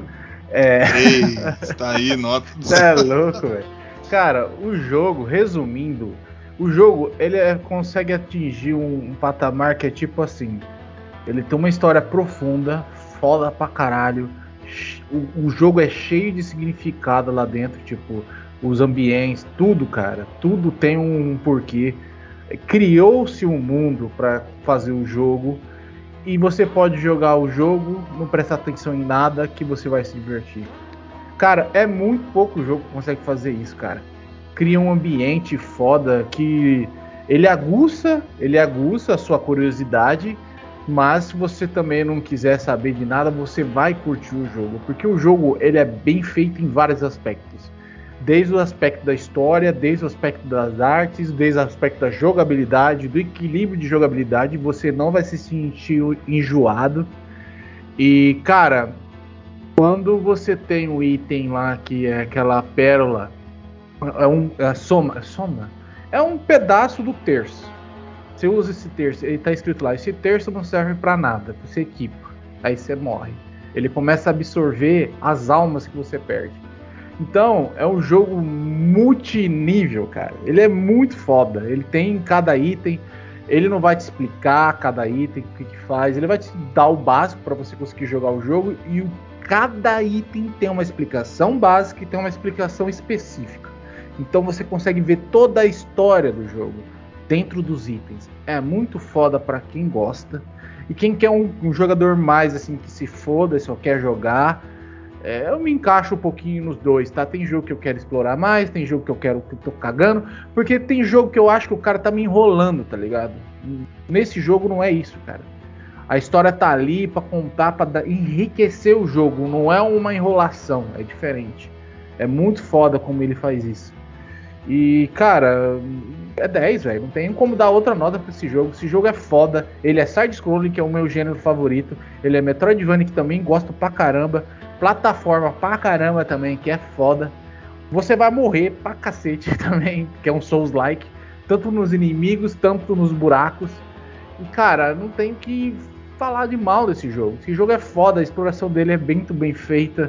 3, tá aí, nota. Você é louco, velho. Cara, o jogo, resumindo, ele consegue atingir um patamar que é tipo assim. Ele tem uma história profunda, foda pra caralho. O jogo é cheio de significado lá dentro, tipo, os ambientes, tudo, cara. Tudo tem um porquê. Criou-se um mundo pra fazer o jogo. E você pode jogar o jogo, não prestar atenção em nada, que você vai se divertir. Cara, é muito pouco jogo que consegue fazer isso, cara. Cria um ambiente foda que ele aguça a sua curiosidade, mas se você também não quiser saber de nada, você vai curtir o jogo, porque o jogo ele é bem feito em vários aspectos. Desde o aspecto da história, desde o aspecto das artes, desde o aspecto da jogabilidade, do equilíbrio de jogabilidade, você não vai se sentir enjoado. E, cara, quando você tem um item lá que é aquela pérola, soma, é um pedaço do terço. Você usa esse terço, ele tá escrito lá, esse terço não serve pra nada, você equipa, aí você morre. Ele começa a absorver as almas que você perde. Então, é um jogo multinível, cara. Ele é muito foda. Ele tem cada item. Ele não vai te explicar cada item, o que faz. Ele vai te dar o básico para você conseguir jogar o jogo. E cada item tem uma explicação básica e tem uma explicação específica. Então você consegue ver toda a história do jogo dentro dos itens. É muito foda para quem gosta. E quem quer um jogador mais assim que se foda, só quer jogar... eu me encaixo um pouquinho nos dois, tá? Tem jogo que eu quero explorar mais, tem jogo que eu tô cagando, porque tem jogo que eu acho que o cara tá me enrolando, tá ligado? Nesse jogo não é isso, cara. A história tá ali pra contar, pra enriquecer o jogo, não é uma enrolação, é diferente. É muito foda como ele faz isso. E, cara, é 10, velho. Não tem como dar outra nota pra esse jogo. Esse jogo é foda. Ele é side-scrolling, que é o meu gênero favorito. Ele é Metroidvania, que também gosto pra caramba. Plataforma pra caramba também, que é foda. Você vai morrer pra cacete também, que é um Souls-like. Tanto nos inimigos, tanto nos buracos. E, cara, não tem que falar de mal desse jogo. Esse jogo é foda, a exploração dele é muito bem feita.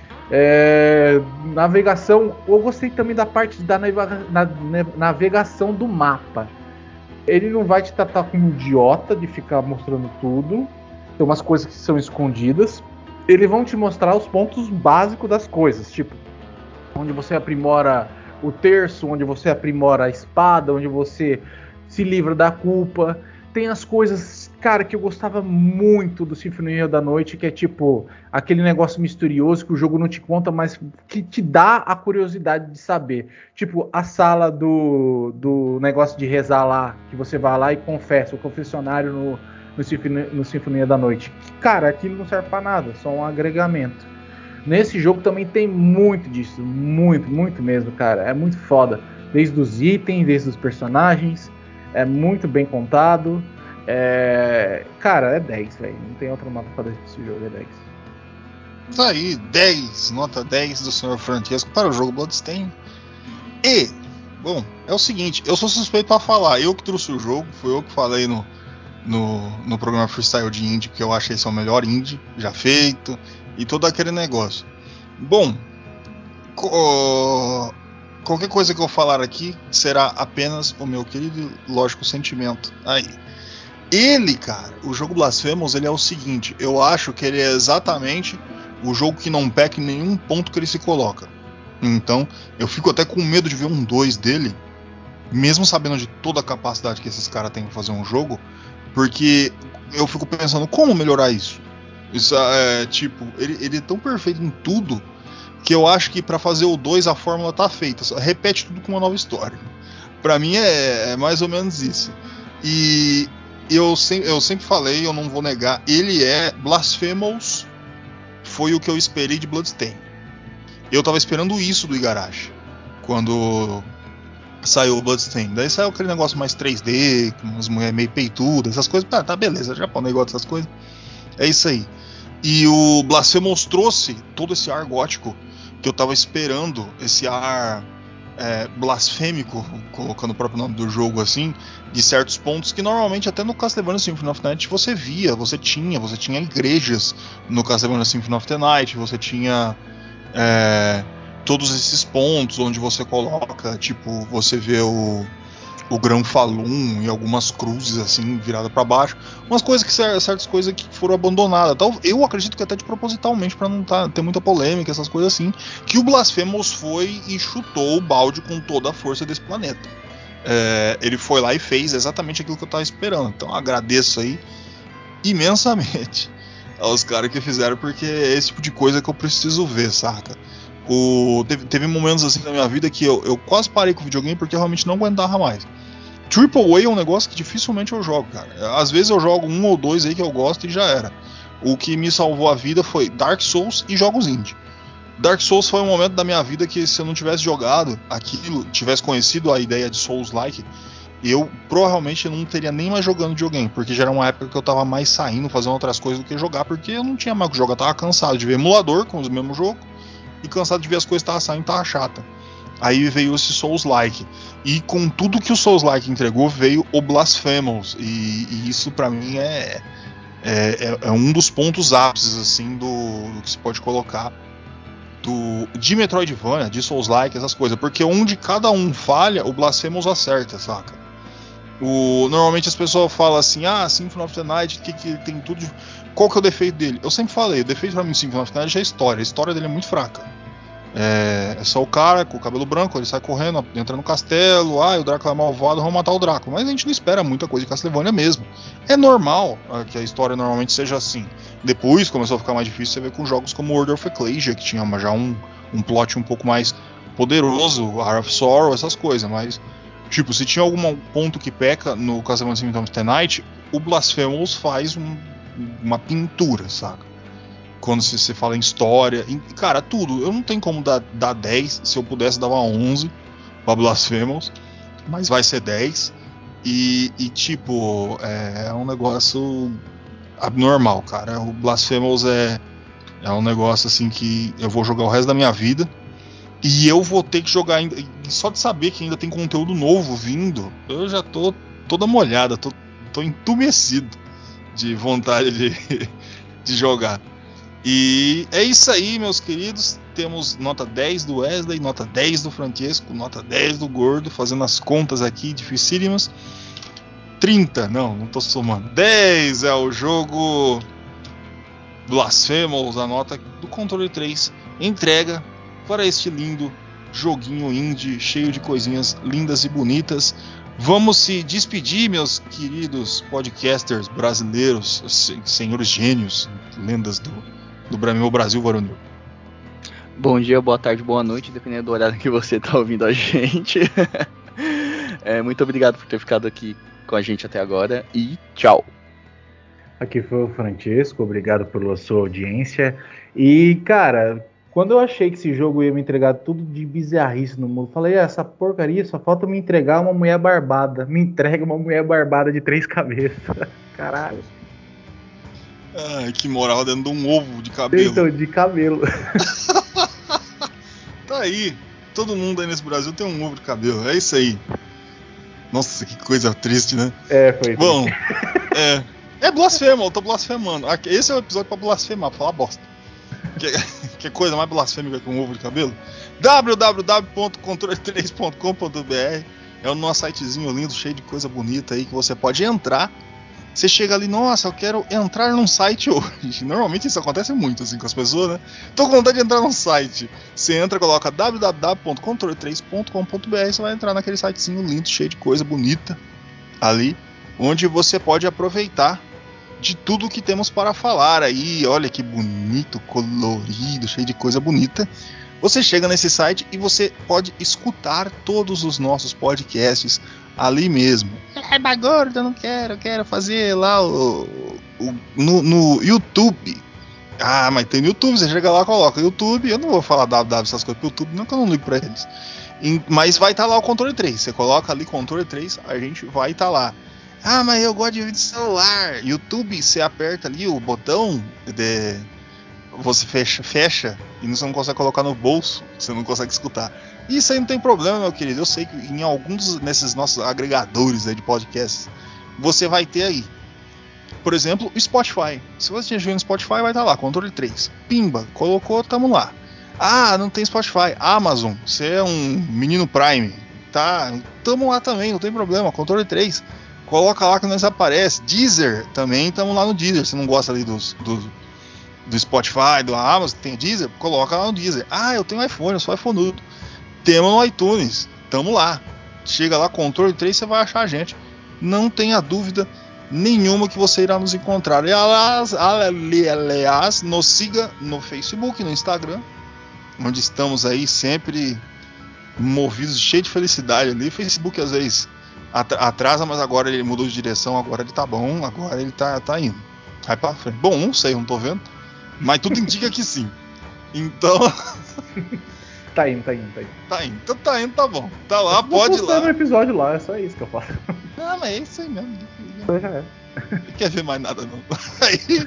Navegação, eu gostei também da parte da navegação do mapa. Ele não vai te tratar como idiota de ficar mostrando tudo. Tem umas coisas que são escondidas. Eles vão te mostrar os pontos básicos das coisas, tipo onde você aprimora o terço, onde você aprimora a espada, onde você se livra da culpa. Tem as coisas, cara, que eu gostava muito do Sinfonia da Noite, que é tipo aquele negócio misterioso que o jogo não te conta, mas que te dá a curiosidade de saber. Tipo, a sala do negócio de rezar lá, que você vai lá e confessa, o confessionário no Sinfonia da Noite. Cara, aquilo não serve pra nada, só um agregamento. Nesse jogo também tem muito disso, muito, muito mesmo, cara. É muito foda. Desde os itens, desde os personagens. É muito bem contado. Cara, é 10, velho. Não tem outra nota pra dar pra esse jogo, é 10. Tá aí, 10, nota 10 do Sr. Francesco para o jogo Bloodstained. E, bom, é o seguinte, eu sou suspeito pra falar. Eu que trouxe o jogo, fui eu que falei no programa Freestyle de Indie, que eu achei esse é o melhor indie já feito. E todo aquele negócio. Bom, qualquer coisa que eu falar aqui será apenas o meu querido e lógico sentimento aí. Ele, cara, o jogo Blasphemous, ele é o seguinte, eu acho que ele é exatamente o jogo que não peca em nenhum ponto que ele se coloca. Então, eu fico até com medo de ver um 2 dele, mesmo sabendo de toda a capacidade que esses caras têm pra fazer um jogo, porque eu fico pensando, como melhorar isso? Isso tipo, ele é tão perfeito em tudo que eu acho que pra fazer o 2 a fórmula tá feita. Só repete tudo com uma nova história. Pra mim é mais ou menos isso. E eu sempre falei, eu não vou negar, ele é Blasphemous, foi o que eu esperei de Bloodstained. Eu tava esperando isso do Igarashi quando saiu o Bloodstained. Daí saiu aquele negócio mais 3D, com umas mulheres meio peitudas, essas coisas. Tá beleza, japonês gosta dessas coisas. É isso aí. E o Blasphemous trouxe todo esse ar gótico que eu tava esperando, esse ar blasfêmico, colocando o próprio nome do jogo assim, de certos pontos que normalmente até no Castlevania Symphony of the Night você via, você tinha igrejas no Castlevania Symphony of the Night, você tinha todos esses pontos onde você coloca, tipo, você vê o Gran Falun e algumas cruzes assim viradas para baixo, umas coisas que certas coisas que foram abandonadas. Então, eu acredito que até de propositalmente para não ter muita polêmica, essas coisas assim, que o Blasphemous foi e chutou o balde com toda a força desse planeta. Ele foi lá e fez exatamente aquilo que eu tava esperando. Então, agradeço aí imensamente aos caras que fizeram, porque é esse tipo de coisa que eu preciso ver, saca? Teve momentos assim na minha vida que eu quase parei com o videogame porque eu realmente não aguentava mais. Triple A é um negócio que dificilmente eu jogo, cara. Às vezes eu jogo um ou dois aí que eu gosto e já era. O que me salvou a vida foi Dark Souls e jogos indie. Dark Souls foi um momento da minha vida que, se eu não tivesse jogado aquilo, tivesse conhecido a ideia de Souls-like, eu provavelmente não teria nem mais jogando videogame, porque já era uma época que eu tava mais saindo, fazendo outras coisas do que jogar, porque eu não tinha mais o que jogar, eu tava cansado de ver emulador com os mesmos jogos, e cansado de ver as coisas que tava saindo, tava chata. Aí veio esse Souls-like, e com tudo que o Souls-like entregou, veio o Blasphemous, e isso pra mim é um dos pontos ápices, assim, do que se pode colocar de Metroidvania, de Souls-like, essas coisas, porque onde cada um falha, o Blasphemous acerta, saca? Normalmente as pessoas falam assim, Symphony of the Night, que tem tudo. Qual que é o defeito dele? Eu sempre falei, o defeito pra mim do Symphony of the Night é a história dele é muito fraca. É só o cara com o cabelo branco, ele sai correndo, entra no castelo, o Drácula é malvado, vamos matar o Drácula. Mas a gente não espera muita coisa de Castlevania mesmo. É normal que a história normalmente seja assim. Depois começou a ficar mais difícil, você vê com jogos como World of Ecclesia, que tinha já um plot um pouco mais poderoso, Heart of Sorrow, essas coisas, mas tipo, se tinha algum ponto que peca no Castlevania Symphony of the Night, o Blasphemous faz uma pintura, saca? Quando você fala em história, cara, tudo. Eu não tenho como dar 10, se eu pudesse dar uma 11 pra Blasphemous, mas vai ser 10. E tipo, é um negócio abnormal, cara. O Blasphemous é um negócio assim que eu vou jogar o resto da minha vida. E eu vou ter que jogar ainda. Só de saber que ainda tem conteúdo novo vindo, eu já tô toda molhada, tô entumecido de vontade de jogar. E é isso aí, meus queridos. Temos nota 10 do Wesley, nota 10 do Francesco, nota 10 do Gordo, fazendo as contas aqui dificílimas. 30, não tô somando. 10 é o jogo Blasphemous, a nota do controle 3. Entrega para este lindo joguinho indie, cheio de coisinhas lindas e bonitas. Vamos se despedir, meus queridos podcasters brasileiros, senhores gênios, lendas do meu Brasil varonil. Bom dia, boa tarde, boa noite, dependendo do horário que você está ouvindo a gente. Muito obrigado por ter ficado aqui com a gente até agora e tchau. Aqui foi o Francesco, obrigado pela sua audiência. E, cara, quando eu achei que esse jogo ia me entregar tudo de bizarrice no mundo, falei, essa porcaria só falta me entregar uma mulher barbada. Me entrega uma mulher barbada de 3 cabeças. Caralho. Ai, que moral, dentro de um ovo de cabelo. Então, de cabelo. Tá aí. Todo mundo aí nesse Brasil tem um ovo de cabelo. É isso aí. Nossa, que coisa triste, né? Foi. Bom, é blasfema, eu tô blasfemando. Esse é o episódio pra blasfemar, pra falar bosta. Que coisa mais blasfêmica que um ovo de cabelo? www.controle3.com.br é o nosso sitezinho lindo, cheio de coisa bonita aí que você pode entrar. Você chega ali, nossa, eu quero entrar num site hoje. Normalmente isso acontece muito assim com as pessoas, né? Tô com vontade de entrar num site. Você entra, coloca www.controle3.com.br, você vai entrar naquele sitezinho lindo, cheio de coisa bonita ali, onde você pode aproveitar de tudo que temos para falar aí. Olha que bonito, colorido, cheio de coisa bonita. Você chega nesse site e você pode escutar todos os nossos podcasts ali mesmo. Bagordo, eu não quero, eu quero fazer lá no YouTube. Mas tem no YouTube, você chega lá, coloca YouTube. Eu não vou falar www essas coisas pro YouTube, não, que eu não ligo pra eles. Mas vai estar lá o controle 3. Você coloca ali controle 3, a gente vai estar lá. Mas eu gosto de vídeo de celular. YouTube, você aperta ali o botão, você fecha e você não consegue colocar no bolso, você não consegue escutar. Isso aí não tem problema, meu querido. Eu sei que em alguns desses nossos agregadores aí de podcasts, você vai ter aí. Por exemplo, o Spotify. Se você estiver no Spotify, vai estar lá, controle 3. Pimba, colocou, tamo lá. Não tem Spotify. Amazon, você é um menino Prime. Tá, tamo lá também, não tem problema, controle 3. Coloca lá que nós aparece. Deezer, também estamos lá no Deezer. Se não gosta ali do Spotify, do Amazon, tem Deezer, coloca lá no Deezer. Eu tenho iPhone, eu sou iPhoneudo. Temos no iTunes, tamo lá. Chega lá, controle 3, você vai achar a gente. Não tenha dúvida nenhuma que você irá nos encontrar. E aliás, nos siga no Facebook, no Instagram, onde estamos aí sempre movidos, cheio de felicidade ali. O Facebook às vezes atrasa, mas agora ele mudou de direção, agora ele tá bom, agora ele tá indo. Vai pra frente. Bom, não sei, não tô vendo, mas tudo indica que sim. Então. Tá indo. Então tá indo, tá bom. Tá lá, pode ir lá. no episódio lá, é só isso que eu faço. Ah, mas é isso aí mesmo. Então já é. Não quer ver mais nada, não. Aí.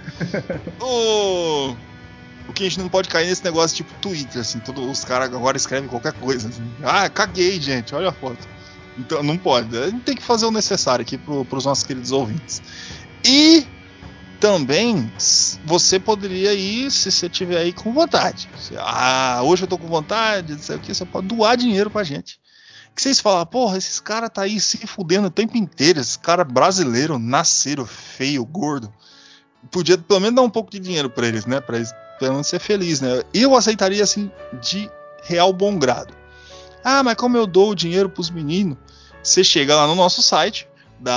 O que a gente não pode cair nesse negócio tipo Twitter, assim. Todos os caras agora escrevem qualquer coisa. Assim. Ah, caguei, gente. Olha a foto. Então não pode. A gente tem que fazer o necessário aqui pros nossos queridos ouvintes. E também você poderia ir se você tiver aí com vontade. Hoje eu tô com vontade, não sei o que, você pode doar dinheiro pra gente. Que vocês falam, porra, esses caras tá aí se fudendo o tempo inteiro, esses caras brasileiros, nasceram feio, gordo. Podia pelo menos dar um pouco de dinheiro pra eles, né? Pra eles pelo menos ser feliz, né? Eu aceitaria assim, de real bom grado. Mas como eu dou o dinheiro pros meninos? Você chega lá no nosso site,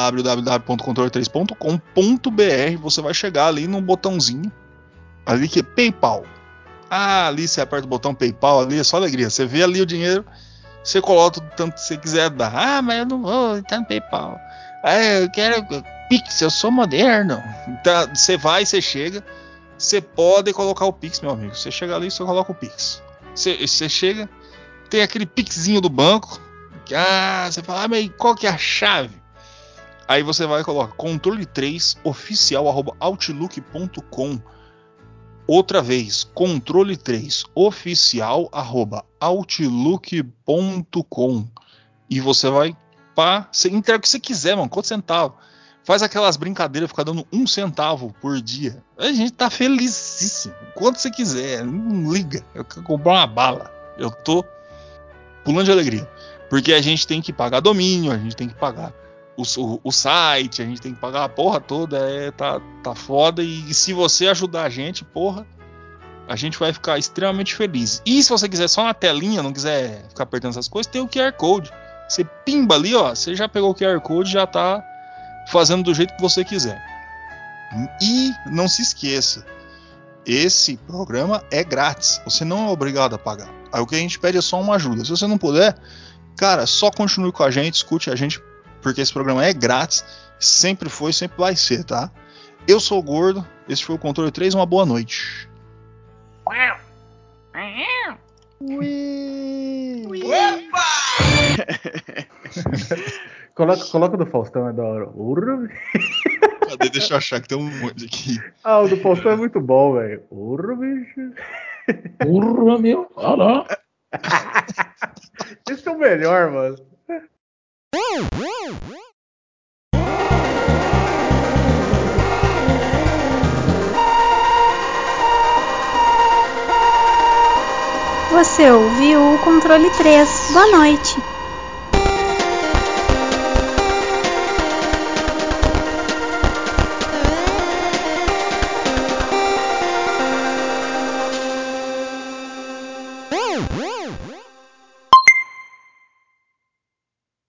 www.controle3.com.br, você vai chegar ali num botãozinho, ali que é PayPal. Ali você aperta o botão PayPal, ali é só alegria. Você vê ali o dinheiro, você coloca o tanto que você quiser dar. Mas eu não vou estar no PayPal. Eu quero Pix, eu sou moderno. Então você vai, você chega, você pode colocar o Pix, meu amigo. Você chega ali e você coloca o Pix. Você chega, tem aquele Pixzinho do banco. Você fala, mas qual que é a chave? Aí você vai colocar controle3oficial@outlook.com. Outra vez, controle3oficial@outlook.com. E você vai você entrega o que você quiser, mano, quanto centavo. Faz aquelas brincadeiras, ficar dando 1 centavo por dia. A gente tá felicíssimo. Quanto você quiser, não liga. Eu quero comprar uma bala. Eu tô pulando de alegria. Porque a gente tem que pagar domínio, a gente tem que pagar o site, a gente tem que pagar a porra toda. Tá foda. E se você ajudar a gente, porra, a gente vai ficar extremamente feliz. E se você quiser só na telinha, não quiser ficar apertando essas coisas, tem o QR Code. Você pimba ali, ó, você já pegou o QR Code, já tá fazendo do jeito que você quiser. E não se esqueça, esse programa é grátis, você não é obrigado a pagar. Aí o que a gente pede é só uma ajuda. Se você não puder, cara, só continue com a gente, escute a gente, porque esse programa é grátis, sempre foi, sempre vai ser, tá? Eu sou o Gordo, esse foi o Controle 3, uma boa noite. Coloca do Faustão, é da hora. Cadê? Deixa eu achar que tem um monte aqui. O do Faustão é muito bom, velho. Bicho. Meu. Olha lá. Esse é o melhor, mano. Você ouviu o Controle 3. Boa noite.